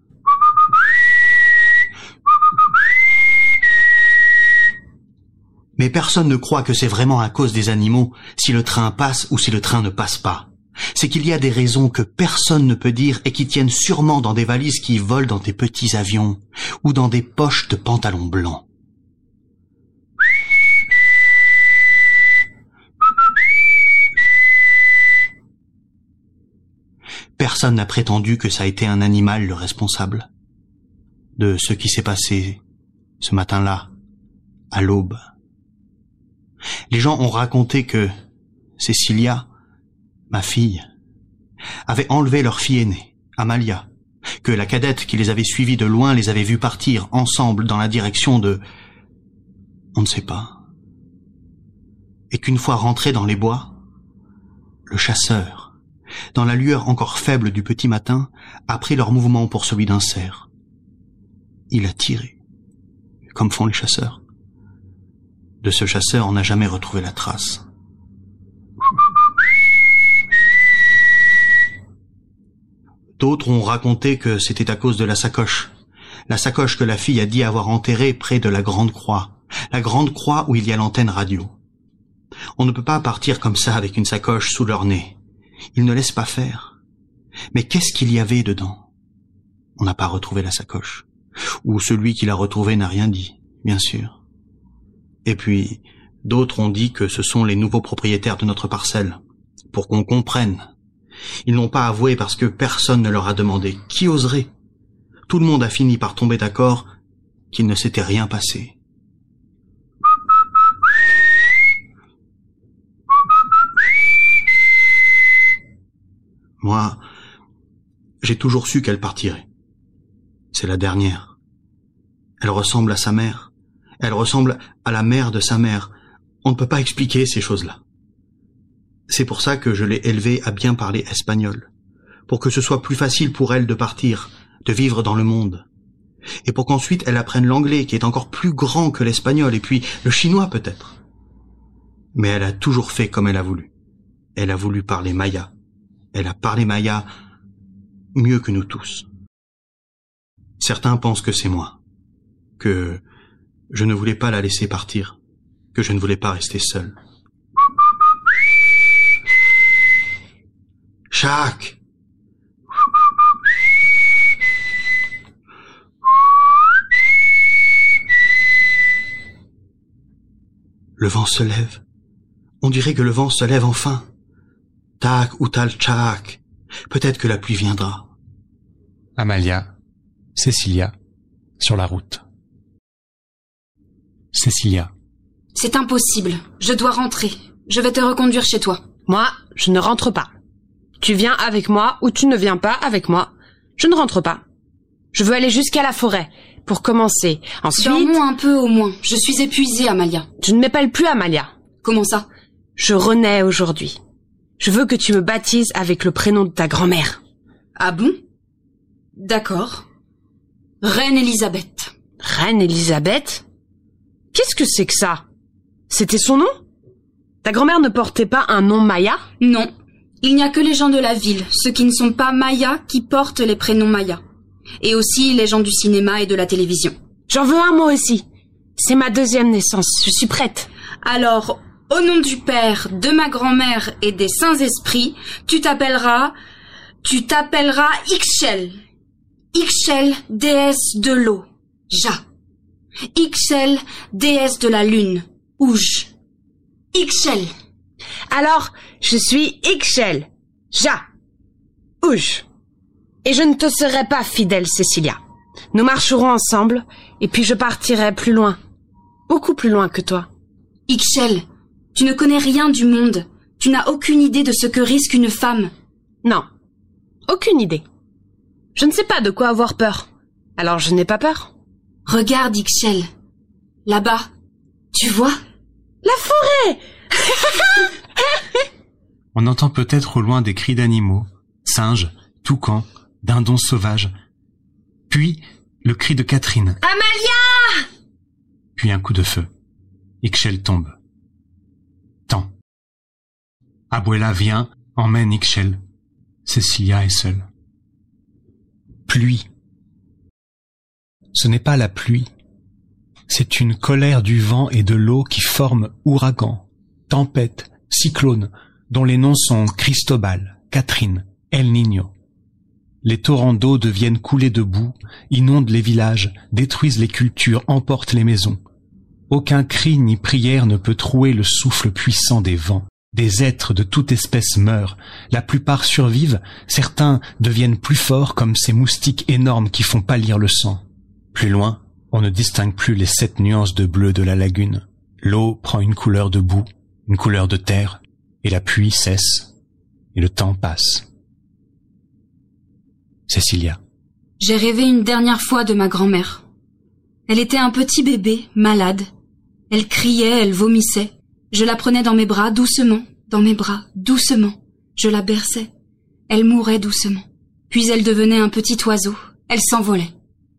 Mais personne ne croit que c'est vraiment à cause des animaux si le train passe ou si le train ne passe pas. C'est qu'il y a des raisons que personne ne peut dire et qui tiennent sûrement dans des valises qui volent dans des petits avions ou dans des poches de pantalons blancs. Personne n'a prétendu que ça a été un animal le responsable de ce qui s'est passé ce matin-là, à l'aube. Les gens ont raconté que Cecilia, ma fille, avait enlevé leur fille aînée, Amalia, que la cadette qui les avait suivis de loin les avait vus partir ensemble dans la direction de... on ne sait pas. Et qu'une fois rentrés dans les bois, le chasseur, dans la lueur encore faible du petit matin, a pris leur mouvement pour celui d'un cerf. Il a tiré, comme font les chasseurs. De ce chasseur, on n'a jamais retrouvé la trace. D'autres ont raconté que c'était à cause de la sacoche. La sacoche que la fille a dit avoir enterrée près de la Grande Croix. La Grande Croix où il y a l'antenne radio. On ne peut pas partir comme ça avec une sacoche sous leur nez. Ils ne laissent pas faire. Mais qu'est-ce qu'il y avait dedans? On n'a pas retrouvé la sacoche. Ou celui qui l'a retrouvée n'a rien dit, bien sûr. Et puis, d'autres ont dit que ce sont les nouveaux propriétaires de notre parcelle, pour qu'on comprenne. Ils n'ont pas avoué parce que personne ne leur a demandé. Qui oserait? Tout le monde a fini par tomber d'accord qu'il ne s'était rien passé. Moi, j'ai toujours su qu'elle partirait. C'est la dernière. Elle ressemble à sa mère. Elle ressemble à la mère de sa mère. On ne peut pas expliquer ces choses-là. C'est pour ça que je l'ai élevée à bien parler espagnol, pour que ce soit plus facile pour elle de partir, de vivre dans le monde, et pour qu'ensuite elle apprenne l'anglais, qui est encore plus grand que l'espagnol, et puis le chinois peut-être. Mais elle a toujours fait comme elle a voulu. Elle a voulu parler maya. Elle a parlé maya mieux que nous tous. Certains pensent que c'est moi, que je ne voulais pas la laisser partir, que je ne voulais pas rester seul. Chac! Le vent se lève. On dirait que le vent se lève enfin. Tac ou tal chac. Peut-être que la pluie viendra. Amalia, Cecilia, sur la route. Cecilia. C'est impossible. Je dois rentrer. Je vais te reconduire chez toi. Moi, je ne rentre pas. Tu viens avec moi ou tu ne viens pas avec moi. Je ne rentre pas. Je veux aller jusqu'à la forêt, pour commencer. Ensuite... Dormons un peu au moins. Je suis épuisée, Amalia. Je ne m'appelle plus Amalia. Comment ça? Je renais aujourd'hui. Je veux que tu me baptises avec le prénom de ta grand-mère. Ah bon? D'accord. Reine Elisabeth. Reine Elisabeth? Qu'est-ce que c'est que ça? C'était son nom? Ta grand-mère ne portait pas un nom maya? Non. Il n'y a que les gens de la ville, ceux qui ne sont pas mayas, qui portent les prénoms mayas. Et aussi les gens du cinéma et de la télévision. J'en veux un moi aussi. C'est ma deuxième naissance. Je suis prête. Alors, au nom du Père, de ma grand-mère et des saints esprits, tu t'appelleras... Tu t'appelleras Ixchel. Ixchel, déesse de l'eau. Ja. Ixchel, déesse de la lune. Ouj. Ixchel. Alors, je suis Ixchel. Ja. Ouj. Et je ne te serai pas fidèle, Cecilia. Nous marcherons ensemble, et puis je partirai plus loin. Beaucoup plus loin que toi. Ixchel, tu ne connais rien du monde. Tu n'as aucune idée de ce que risque une femme. Non. Aucune idée. Je ne sais pas de quoi avoir peur. Alors je n'ai pas peur. Regarde, Ixchel. Là-bas. Tu vois? La forêt! On entend peut-être au loin des cris d'animaux, singes, toucans, dindons sauvages. Puis, le cri de Catherine. Amalia! Puis un coup de feu. Ixchel tombe. Temps. Abuela vient, emmène Ixchel. Cecilia est seule. pluie. Ce n'est pas la pluie. C'est une colère du vent et de l'eau qui forme ouragan, tempête, cyclone, dont les noms sont Cristobal, Catherine, El Niño. Les torrents d'eau deviennent coulées de boue, inondent les villages, détruisent les cultures, emportent les maisons. Aucun cri ni prière ne peut trouer le souffle puissant des vents. Des êtres de toute espèce meurent, la plupart survivent, certains deviennent plus forts comme ces moustiques énormes qui font pâlir le sang. Plus loin, on ne distingue plus les sept nuances de bleu de la lagune. L'eau prend une couleur de boue, une couleur de terre, et la pluie cesse, et le temps passe. Cécilia. J'ai rêvé une dernière fois de ma grand-mère. Elle était un petit bébé, malade. Elle criait, elle vomissait. Je la prenais dans mes bras, doucement, dans mes bras, doucement. Je la berçais. Elle mourait doucement. Puis elle devenait un petit oiseau. Elle s'envolait.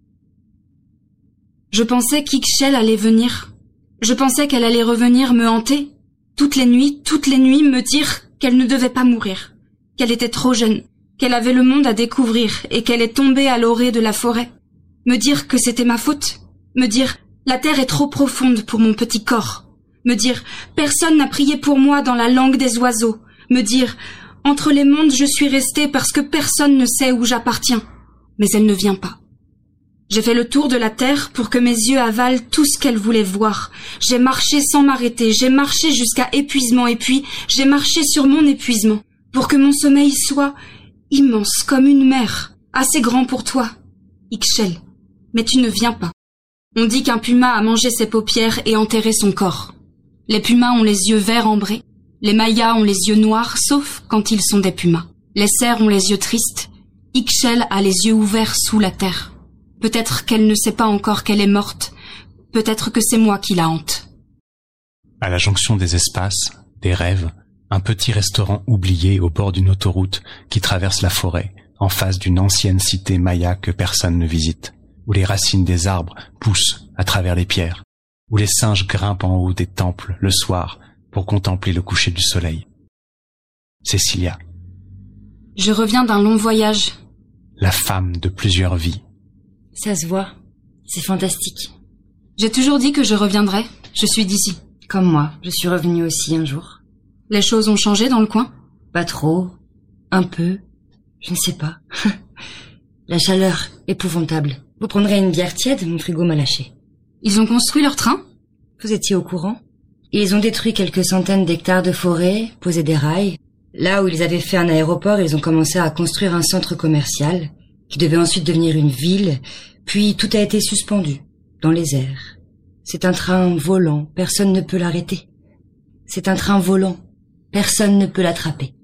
Je pensais qu'Ixchel allait venir. Je pensais qu'elle allait revenir me hanter. Toutes les nuits, toutes les nuits me dire qu'elle ne devait pas mourir. Qu'elle était trop jeune. Qu'elle avait le monde à découvrir et qu'elle est tombée à l'orée de la forêt. Me dire que c'était ma faute. Me dire « La terre est trop profonde pour mon petit corps ». Me dire « Personne n'a prié pour moi dans la langue des oiseaux ». Me dire « Entre les mondes je suis restée parce que personne ne sait où j'appartiens ». Mais elle ne vient pas. J'ai fait le tour de la terre pour que mes yeux avalent tout ce qu'elle voulait voir. J'ai marché sans m'arrêter, j'ai marché jusqu'à épuisement et puis j'ai marché sur mon épuisement pour que mon sommeil soit immense comme une mer, assez grand pour toi, Ixchel, mais tu ne viens pas. On dit qu'un puma a mangé ses paupières et enterré son corps. Les pumas ont les yeux verts ambrés, les mayas ont les yeux noirs, sauf quand ils sont des pumas. Les cerfs ont les yeux tristes, Ixchel a les yeux ouverts sous la terre. Peut-être qu'elle ne sait pas encore qu'elle est morte, peut-être que c'est moi qui la hante. À la jonction des espaces, des rêves, un petit restaurant oublié au bord d'une autoroute qui traverse la forêt, en face d'une ancienne cité maya que personne ne visite, où les racines des arbres poussent à travers les pierres, où les singes grimpent en haut des temples le soir pour contempler le coucher du soleil. Cécilia. Je reviens d'un long voyage. La femme de plusieurs vies. Ça se voit. C'est fantastique. J'ai toujours dit que je reviendrais. Je suis d'ici. Comme moi, je suis revenue aussi un jour. Les choses ont changé dans le coin? Pas trop. Un peu. Je ne sais pas. La chaleur, épouvantable. Vous prendrez une bière tiède, mon frigo m'a lâché. Ils ont construit leur train? Vous étiez au courant? Ils ont détruit quelques centaines d'hectares de forêt, posé des rails. Là où ils avaient fait un aéroport, ils ont commencé à construire un centre commercial, qui devait ensuite devenir une ville, puis tout a été suspendu, dans les airs. C'est un train volant, personne ne peut l'arrêter. C'est un train volant, personne ne peut l'attraper.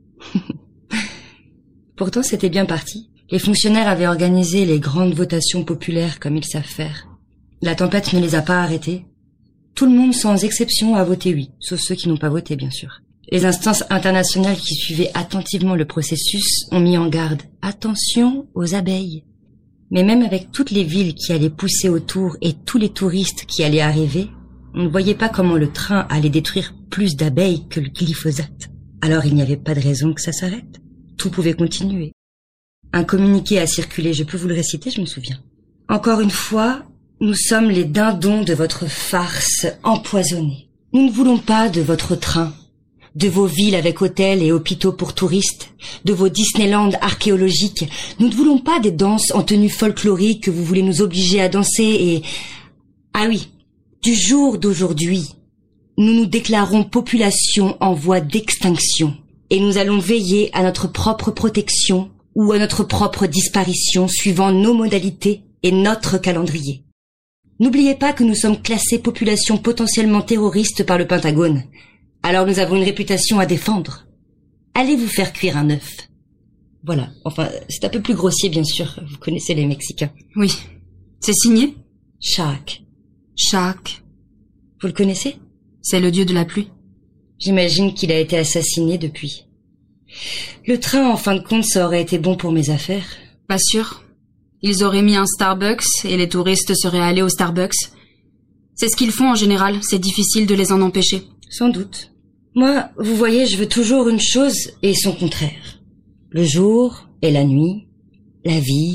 Pourtant, c'était bien parti. Les fonctionnaires avaient organisé les grandes votations populaires comme ils savent faire. La tempête ne les a pas arrêtés. Tout le monde, sans exception, a voté oui, sauf ceux qui n'ont pas voté, bien sûr. Les instances internationales qui suivaient attentivement le processus ont mis en garde. Attention aux abeilles. Mais même avec toutes les villes qui allaient pousser autour et tous les touristes qui allaient arriver, on ne voyait pas comment le train allait détruire plus d'abeilles que le glyphosate. Alors il n'y avait pas de raison que ça s'arrête. Tout pouvait continuer. Un communiqué a circulé, je peux vous le réciter, je me souviens. Encore une fois, nous sommes les dindons de votre farce empoisonnée. Nous ne voulons pas de votre train, de vos villes avec hôtels et hôpitaux pour touristes, de vos Disneyland archéologiques. Nous ne voulons pas des danses en tenue folklorique que vous voulez nous obliger à danser et... Ah oui, du jour d'aujourd'hui, nous nous déclarons population en voie d'extinction et nous allons veiller à notre propre protection ou à notre propre disparition suivant nos modalités et notre calendrier. N'oubliez pas que nous sommes classés population potentiellement terroriste par le Pentagone. Alors nous avons une réputation à défendre. Allez vous faire cuire un œuf. Voilà, enfin, c'est un peu plus grossier bien sûr, vous connaissez les Mexicains. Oui. C'est signé? Shak. Shak. Vous le connaissez? C'est le dieu de la pluie. J'imagine qu'il a été assassiné depuis. Le train, en fin de compte, ça aurait été bon pour mes affaires. Pas sûr. Ils auraient mis un Starbucks et les touristes seraient allés au Starbucks. C'est ce qu'ils font en général, c'est difficile de les en empêcher. Sans doute. Moi, vous voyez, je veux toujours une chose et son contraire. Le jour et la nuit, la vie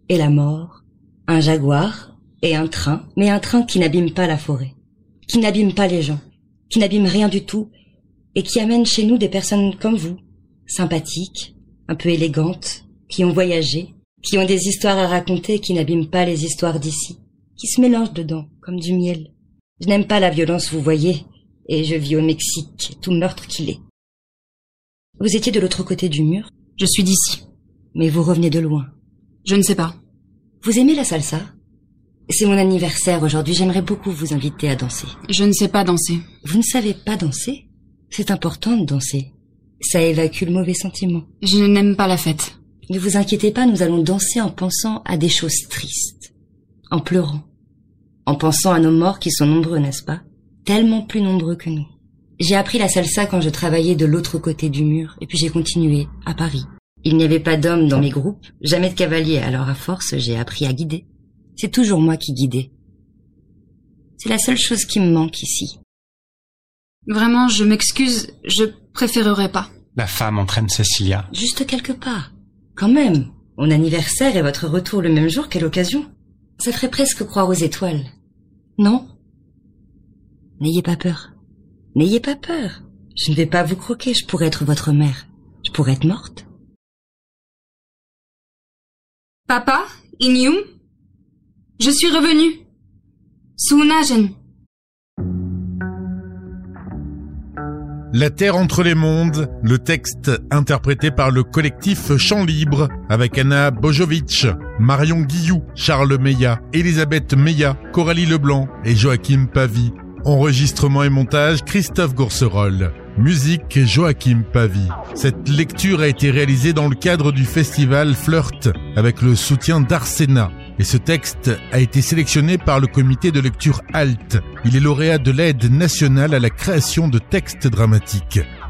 et la mort, un jaguar et un train, mais un train qui n'abîme pas la forêt, qui n'abîme pas les gens, qui n'abîme rien du tout et qui amène chez nous des personnes comme vous, sympathiques, un peu élégantes, qui ont voyagé, qui ont des histoires à raconter qui n'abîment pas les histoires d'ici, qui se mélangent dedans comme du miel. Je n'aime pas la violence, vous voyez, et je vis au Mexique, tout meurtre qu'il est. Vous étiez de l'autre côté du mur? Je suis d'ici. Mais vous revenez de loin. Je ne sais pas. Vous aimez la salsa? C'est mon anniversaire aujourd'hui, j'aimerais beaucoup vous inviter à danser. Je ne sais pas danser. Vous ne savez pas danser? C'est important de danser. Ça évacue le mauvais sentiment. Je n'aime pas la fête. Ne vous inquiétez pas, nous allons danser en pensant à des choses tristes. En pleurant. En pensant à nos morts qui sont nombreux, n'est-ce pas? Tellement plus nombreux que nous. J'ai appris la salsa quand je travaillais de l'autre côté du mur, et puis j'ai continué, à Paris. Il n'y avait pas d'hommes dans mes groupes, jamais de cavaliers, alors à force, j'ai appris à guider. C'est toujours moi qui guidais. C'est la seule chose qui me manque ici. Vraiment, je m'excuse, je préférerais pas. La femme entraîne Cecilia. Juste quelques pas. Quand même, mon anniversaire et votre retour le même jour, quelle occasion. Ça ferait presque croire aux étoiles. Non? N'ayez pas peur. N'ayez pas peur. Je ne vais pas vous croquer, je pourrais être votre mère. Je pourrais être morte. Papa, Inyum, je suis revenue. Sunagen. La Terre entre les mondes, le texte interprété par le collectif Chant Libre avec Anna Bojovic, Marion Guillou, Charles Meillat, Elisabeth Meillat, Coralie Leblanc et Joachim Pavie. Enregistrement et montage Christophe Gourcerol. Musique Joachim Pavie. Cette lecture a été réalisée dans le cadre du festival Flirt avec le soutien d'Arsena. Et ce texte a été sélectionné par le comité de lecture HALT. Il est lauréat de l'aide nationale à la création de textes dramatiques.